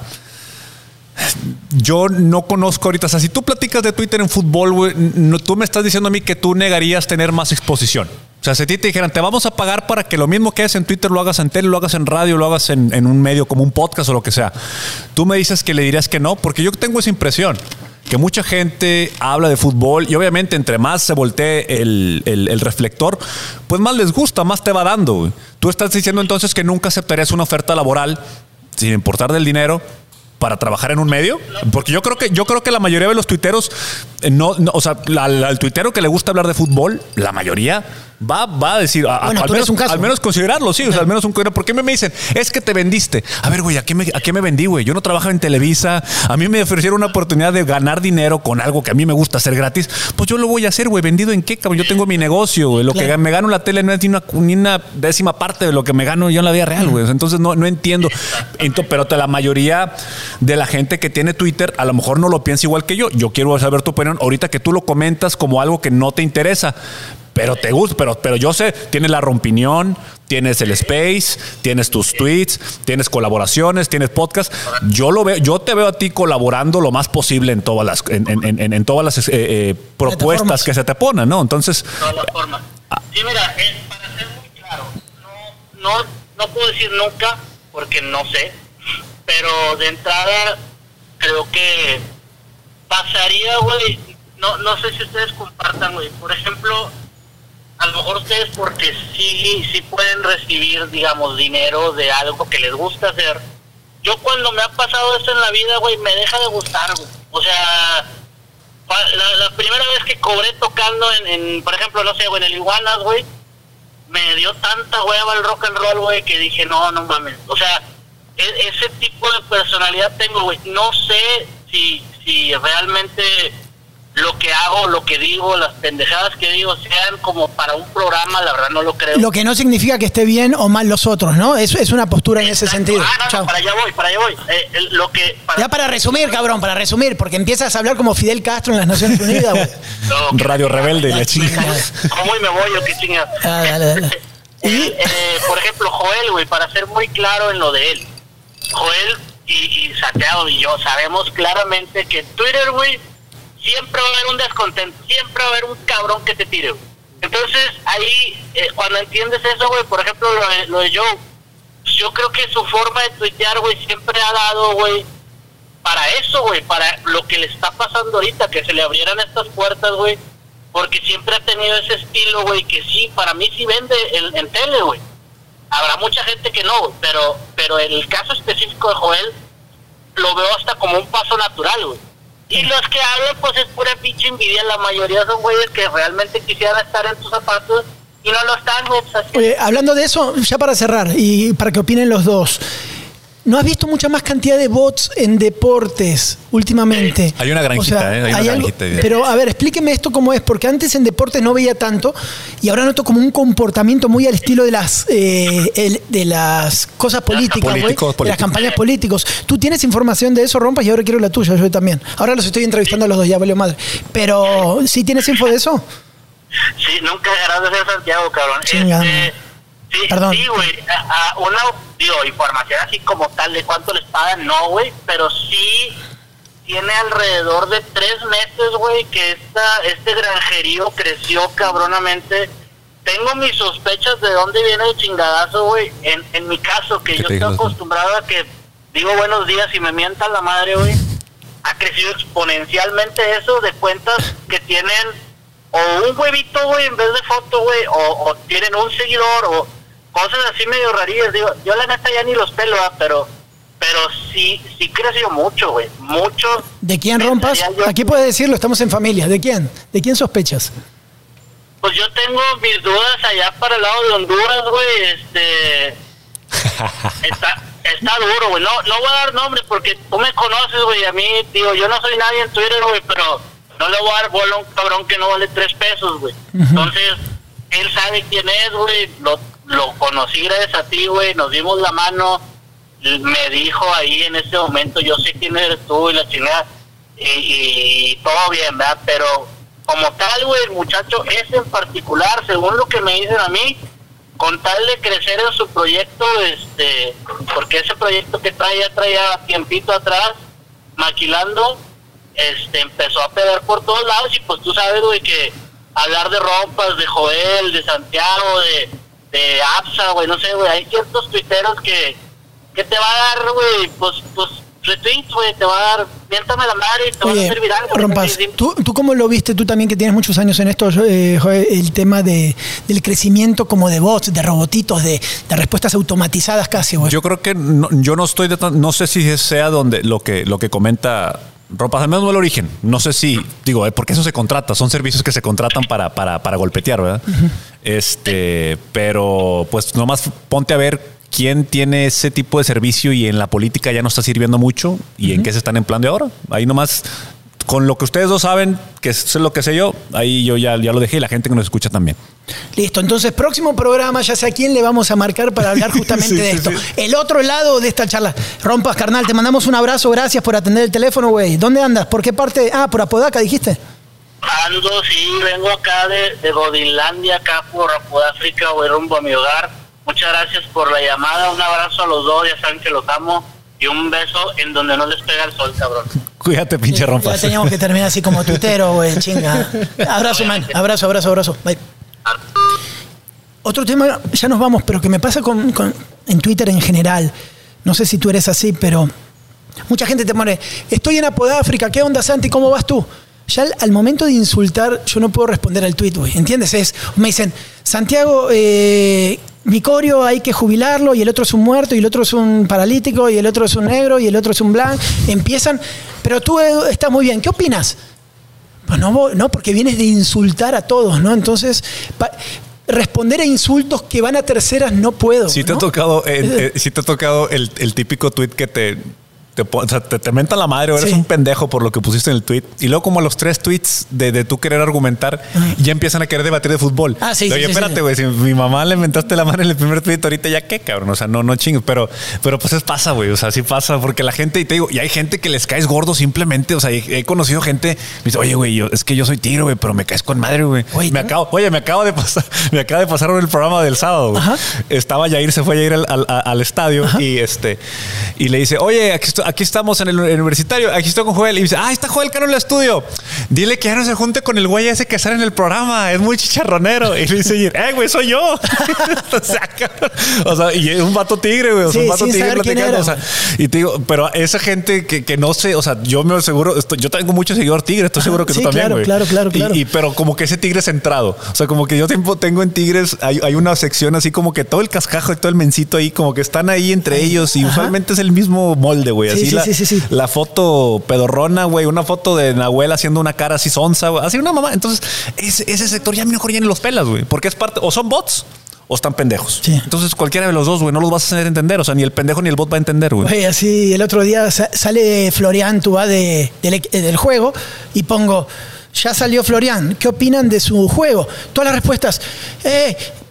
yo no conozco ahorita, o sea, si tú platicas de Twitter en fútbol, güey, no, tú me estás diciendo a mí que tú negarías tener más exposición. O sea, si a ti te dijeran, te vamos a pagar para que lo mismo que haces en Twitter lo hagas en tele, lo hagas en radio, lo hagas en, en un medio como un podcast o lo que sea, tú me dices que le dirías que no, porque yo tengo esa impresión, que mucha gente habla de fútbol y obviamente entre más se voltee el, el, el reflector, pues más les gusta, más te va dando, güey. Tú estás diciendo entonces que nunca aceptarías una oferta laboral sin importar del dinero para trabajar en un medio, porque yo creo que yo creo que la mayoría de los tuiteros no, no o sea, la, la, el tuitero que le gusta hablar de fútbol, la mayoría va, va a decir, a, bueno, al, menos, un caso. al menos considerarlo, sí, o sea, al menos un ¿por qué me, me dicen? Es que te vendiste. A ver, güey, ¿a qué me, a qué me vendí, güey? Yo no trabajaba en Televisa, a mí me ofrecieron una oportunidad de ganar dinero con algo que a mí me gusta hacer gratis, pues yo lo voy a hacer, güey. ¿Vendido en qué, cabrón? Yo tengo mi negocio, güey. Lo claro. que me gano en la tele no es ni una, ni una décima parte de lo que me gano yo en la vida real, güey. Entonces no, no entiendo. Entonces, pero la mayoría de la gente que tiene Twitter a lo mejor no lo piensa igual que yo. Yo quiero saber tu opinión ahorita que tú lo comentas como algo que no te interesa. Pero te gusta, pero, pero yo sé, tienes la Rompinión, tienes el Space, tienes tus tweets, tienes colaboraciones, tienes podcast. Yo lo veo, yo te veo a ti colaborando lo más posible en todas las, en, en, en, en todas las eh, eh, propuestas que se te ponen, ¿no? Entonces. De todas formas. Sí, mira, eh, para ser muy claro, no, no, no puedo decir nunca, porque no sé, pero de entrada creo que pasaría, güey. No, no sé si ustedes compartan, güey. Por ejemplo, a lo mejor ustedes porque sí, sí pueden recibir, digamos, dinero de algo que les gusta hacer. Yo cuando me ha pasado eso en la vida, güey, me deja de gustar, güey. O sea, la, la primera vez que cobré tocando en, en, por ejemplo, no sé, güey, en el Iguanas, güey, me dio tanta hueva el rock and roll, güey, que dije, no, no mames. O sea, e- ese tipo de personalidad tengo, güey. No sé si, si realmente lo que hago, lo que digo, las pendejadas que digo sean como para un programa, la verdad no lo creo. Lo que no significa que esté bien o mal los otros, ¿no? Es, es una postura en ese sentido. Ah, no, no, para allá voy, para allá voy. Eh, el, lo que, para... Ya para resumir, cabrón, para resumir, porque empiezas a hablar como Fidel Castro en las Naciones Unidas, güey. No, Radio Rebelde y la chingada. ¿Cómo y me voy o qué chingada? Ah, dale, dale. eh, eh, por ejemplo, Joel, güey, para ser muy claro en lo de él. Joel y, y Santiago y yo sabemos claramente que Twitter, güey, siempre va a haber un descontento, siempre va a haber un cabrón que te tire, güey. Entonces, ahí, eh, cuando entiendes eso, güey, por ejemplo, lo de, lo de Joe, yo creo que su forma de tuitear, güey, siempre ha dado, güey, para eso, güey, para lo que le está pasando ahorita, que se le abrieran estas puertas, güey, porque siempre ha tenido ese estilo, güey, que sí, para mí sí vende en, en tele, güey. Habrá mucha gente que no, pero, pero el caso específico de Joel, lo veo hasta como un paso natural, güey. Y los que hablan, pues es pura pinche envidia. La mayoría son güeyes que realmente quisieran estar en tus zapatos y no lo están, güey. Pues así. Oye, hablando de eso, ya para cerrar y para que opinen los dos, ¿no has visto mucha más cantidad de bots en deportes últimamente? Hay una granjita, o sea, ¿eh? Hay una hay granjita. Algo, pero a ver, explíqueme esto cómo es, porque antes en deportes no veía tanto y ahora noto como un comportamiento muy al estilo de las eh, el, de las cosas políticas, güey, de las campañas políticos. ¿Tú tienes información de eso, Rompas? Y ahora quiero la tuya, yo también. Ahora los estoy entrevistando a los dos, ya valió madre. Pero, ¿sí tienes info de eso? Sí, nunca dejarás de ser Santiago, cabrón. Chingada. Este, sí, Perdón. Sí, güey. Una, digo, información así como tal de cuánto les pagan, no, güey. Pero sí tiene alrededor de tres meses, güey, que esta, este granjerío creció cabronamente tengo mis sospechas de dónde viene el chingadazo, güey. En, en mi caso, que yo estoy acostumbrado a que digo buenos días y me mientan la madre, güey. Ha crecido exponencialmente eso de cuentas que tienen o un huevito, güey, en vez de foto, güey, o, o tienen un seguidor, o cosas así medio rarillas. Digo, yo la neta ya ni los pelo, ¿eh? pero pero sí, sí creció mucho, güey, mucho. ¿De quién, Rompas? Yo, aquí puedes decirlo, estamos en familia. ¿De quién? ¿De quién sospechas? Pues yo tengo mis dudas allá para el lado de Honduras, güey, este... está, está duro, güey. No, no voy a dar nombres porque tú me conoces, güey. A mí, digo, yo no soy nadie en Twitter, güey, pero no le voy a dar bola a un cabrón que no vale tres pesos, güey. Uh-huh. Entonces, él sabe quién es, güey. Lo, lo conocí gracias a ti, güey. Nos dimos la mano. Me dijo ahí en ese momento, yo sé quién eres tú y la chingada. Y, y todo bien, ¿verdad? Pero como tal, güey, el muchacho ese en particular, según lo que me dicen a mí, con tal de crecer en su proyecto, este, porque ese proyecto que traía, traía tiempito atrás, maquilando, este, empezó a pegar por todos lados. Y pues tú sabes, güey, que hablar de Rompas, de Joel, de Santiago, de, de Absa, güey, no sé, güey, hay ciertos tuiteros que, que te va a dar, güey, pues, pues, retweets, güey, te va a dar, miéntame la madre y te Oye, va a servir algo. Rompas, ¿tú, ¿tú cómo lo viste? Tú también que tienes muchos años en esto, eh, Joel, el tema de, del crecimiento como de bots, de robotitos, de, de respuestas automatizadas casi, güey. Yo creo que no, yo no estoy de tan, no sé si sea donde lo que, lo que comenta Rompas, al menos no el origen. No sé si, digo, porque eso se contrata, son servicios que se contratan para, para, para golpetear, ¿verdad? Uh-huh. Este, pero pues nomás ponte a ver quién tiene ese tipo de servicio y en la política ya no está sirviendo mucho y uh-huh. en qué se están empleando ahora. Ahí nomás, con lo que ustedes dos saben, que es lo que sé yo, ahí yo ya, ya lo dejé y la gente que nos escucha también. Listo, entonces próximo programa ya sé a quién le vamos a marcar para hablar justamente sí, de esto. Sí, sí. El otro lado de esta charla. Rompas, carnal, te mandamos un abrazo, gracias por atender el teléfono, güey. ¿Dónde andas? ¿Por qué parte? Ah, por Apodaca, dijiste. Ando, sí, vengo acá de, de Godinlandia, acá por Apodáfrica, voy rumbo a mi hogar. Muchas gracias por la llamada, un abrazo a los dos, ya saben que los amo. Y un beso en donde no les pega el sol, cabrón. Cuídate, pinche sí, Rompas. Ya teníamos que terminar así como tuitero, güey, chinga. Abrazo, man. Abrazo, abrazo, abrazo. Bye. Otro tema, ya nos vamos, pero que me pasa con, con, en Twitter en general. No sé si tú eres así, pero mucha gente te pone, estoy en Apodáfrica, ¿qué onda, Santi? ¿Cómo vas tú? Ya al, al momento de insultar, yo no puedo responder al tweet, güey. ¿Entiendes? Es, me dicen, Santiago, eh, Vicorio hay que jubilarlo, y el otro es un muerto, y el otro es un paralítico, y el otro es un negro, y el otro es un blanco. Empiezan, pero tú estás muy bien. ¿Qué opinas? Pues no, no, porque vienes de insultar a todos, ¿no? Entonces, pa, responder a insultos que van a terceras no puedo. Si te ¿no? ha tocado, eh, eh, si te ha tocado el, el típico tweet que te... Te, o sea, te, te mentan la madre, o eres sí. un pendejo por lo que pusiste en el tweet. Y luego, como a los tres tweets de, de tú querer argumentar, uh-huh. ya empiezan a querer debatir de fútbol. Ah, sí, Oye, sí, espérate, güey. Sí, sí. Si mi mamá le mentaste la madre en el primer tweet, ahorita ya qué, cabrón. O sea, no, no chingues. Pero, pero pues es pasa, güey. O sea, sí pasa. Porque la gente, y te digo, y hay gente que les caes gordo simplemente. O sea, he, he conocido gente, me dice, oye, güey, yo, es que yo soy tigre, güey, pero me caes con madre, güey. Me ¿no? acabo, oye, me acabo de pasar, me acaba de pasar el programa del sábado, güey. Estaba Yair, se fue a ir al, al, al estadio Ajá. y este, y le dice, oye, aquí, aquí estamos en el universitario, aquí estoy con Joel, y dice, ah, está Joel Cano en el estudio, dile que ya no se junte con el güey ese que sale en el programa, es muy chicharronero. Y le dice, eh, güey, soy yo. o, sea, o sea, y es un vato tigre, güey, o sea, sí, un vato tigre platicando, o sea, y te digo, pero esa gente que, que no sé, o sea, yo me aseguro, estoy, yo tengo mucho seguidor tigre, estoy seguro que sí, tú también, güey. Claro, claro, claro, y, y, pero como que ese tigre centrado, o sea, como que yo tiempo tengo en Tigres, hay, hay una sección así como que todo el cascajo y todo el mencito ahí, como que están ahí entre ellos, y Ajá. usualmente es el mismo molde, güey, así sí, la, sí, sí, sí. la foto pedorrona, güey, una foto de Nahuel haciendo una cara así sonsa, güey, así una mamá. Entonces, ese, ese sector ya mejor ya ni los pelas, güey, porque es parte, o son bots o están pendejos. Sí. Entonces, cualquiera de los dos, güey, no los vas a hacer entender. O sea, ni el pendejo ni el bot va a entender, güey. Güey, así el otro día sale Florian Tubá de, de, del juego y pongo, ya salió Florian, ¿qué opinan de su juego? Todas las respuestas, eh,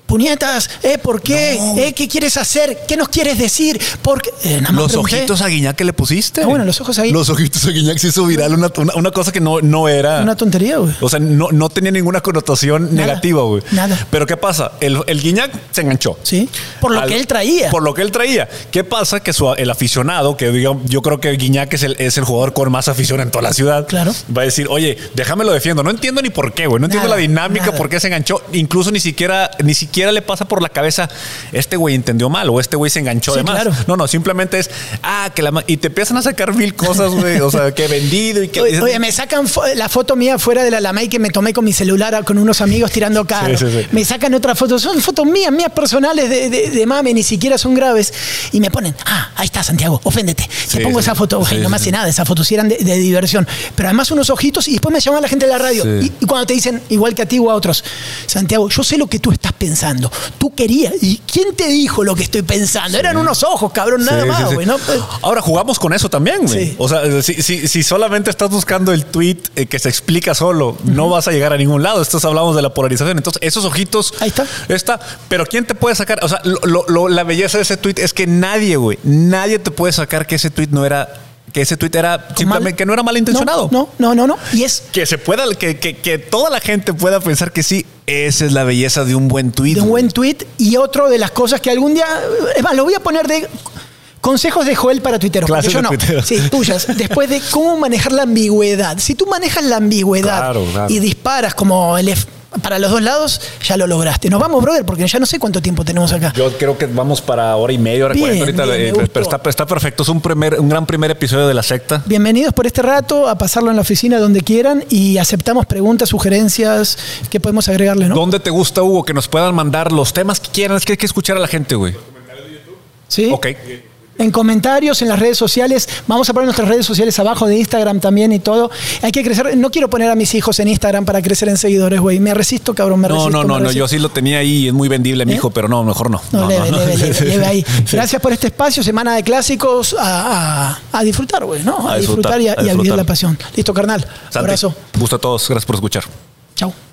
puñetas, ¿eh? ¿Por qué? No. ¿Eh? ¿Qué quieres hacer? ¿Qué nos quieres decir? Porque eh, los ojitos a Guiñac que le pusiste. Ah, bueno, los ojos a Guiñac. Los ojitos a Guiñac se hizo viral una, una, una cosa que no, no era. Una tontería, güey. O sea, no, no tenía ninguna connotación nada, negativa, güey. Nada. Pero ¿qué pasa? El, el Guiñac se enganchó. Sí. Por lo Al, que él traía. Por lo que él traía. ¿Qué pasa? Que su, el aficionado, que digamos, yo creo que Guiñac es el, es el jugador con más afición en toda la ciudad. Claro. Va a decir, oye, déjame lo defiendo. No entiendo ni por qué, güey. No entiendo nada, la dinámica, nada. por qué se enganchó. Incluso ni siquiera, ni siquiera le pasa por la cabeza, este güey entendió mal o este güey se enganchó sí, de más. Claro. No, no, simplemente es, ah, que la... Y te empiezan a sacar mil cosas, güey. O sea, que he vendido y que... Oye, oye me sacan fo la foto mía fuera de la Lamay que me tomé con mi celular con unos amigos tirando carro. Sí, sí, sí. Me sacan otras fotos. Son fotos mías, mías personales de, de, de mame, ni siquiera son graves. Y me ponen, ah, ahí está, Santiago, oféndete. Te sí, pongo sí, esa foto. Sí, no me hace sí. nada, esas fotos sí eran de, de diversión. Pero además unos ojitos y después me llaman la gente de la radio. Sí. Y, y cuando te dicen, igual que a ti o a otros, Santiago, yo sé lo que tú estás pensando. Tú querías. ¿Y quién te dijo lo que estoy pensando? Sí. Eran unos ojos, cabrón, nada sí, más, güey. Sí, sí. ¿No? Ahora jugamos con eso también, güey. Sí. O sea, si, si, si solamente estás buscando el tweet eh, que se explica solo, uh-huh. no vas a llegar a ningún lado. Estos hablamos de la polarización. Entonces, esos ojitos. Ahí está. Está. Pero ¿quién te puede sacar? O sea, lo, lo, la belleza de ese tweet es que nadie, güey, nadie te puede sacar que ese tweet no era. Que ese tuit era simplemente mal, que no era malintencionado. No, no, no, no, no. Y es que se pueda, que, que, que toda la gente pueda pensar que sí. Esa es la belleza de un buen tuit. De un buen tuit. Y otro de las cosas que algún día, es más, lo voy a poner de consejos de Joel para tuiteros. Porque yo no. Sí, tuyas. Después de cómo manejar la ambigüedad. Si tú manejas la ambigüedad claro, claro. y disparas como el F para los dos lados, ya lo lograste. Nos vamos, brother, porque ya no sé cuánto tiempo tenemos acá. Yo creo que vamos para hora y media, hora bien, cuarenta ahorita. Bien, eh, pero está, está perfecto. Es un, primer, un gran primer episodio de La Secta. Bienvenidos por este rato a pasarlo en la oficina donde quieran y aceptamos preguntas, sugerencias que podemos agregarle, ¿no? ¿Dónde te gusta, Hugo, que nos puedan mandar los temas que quieran? Es que hay que escuchar a la gente, güey. ¿Los comentarios de YouTube? Sí. Ok. En comentarios, en las redes sociales. Vamos a poner nuestras redes sociales abajo de Instagram también y todo. Hay que crecer. No quiero poner a mis hijos en Instagram para crecer en seguidores, güey. Me resisto, cabrón, me no, resisto. No, no, no, no. Yo sí lo tenía ahí. Es muy vendible, mi ¿Eh? hijo, pero no, mejor no. No, no leve, no, leve, no. leve, leve ahí. Gracias por este espacio. Semana de clásicos. A, a, a disfrutar, güey, ¿no? A, a disfrutar, disfrutar y a, a, y a vivir la pasión. Listo, carnal. Santi, abrazo. Gusto a todos. Gracias por escuchar. Chao.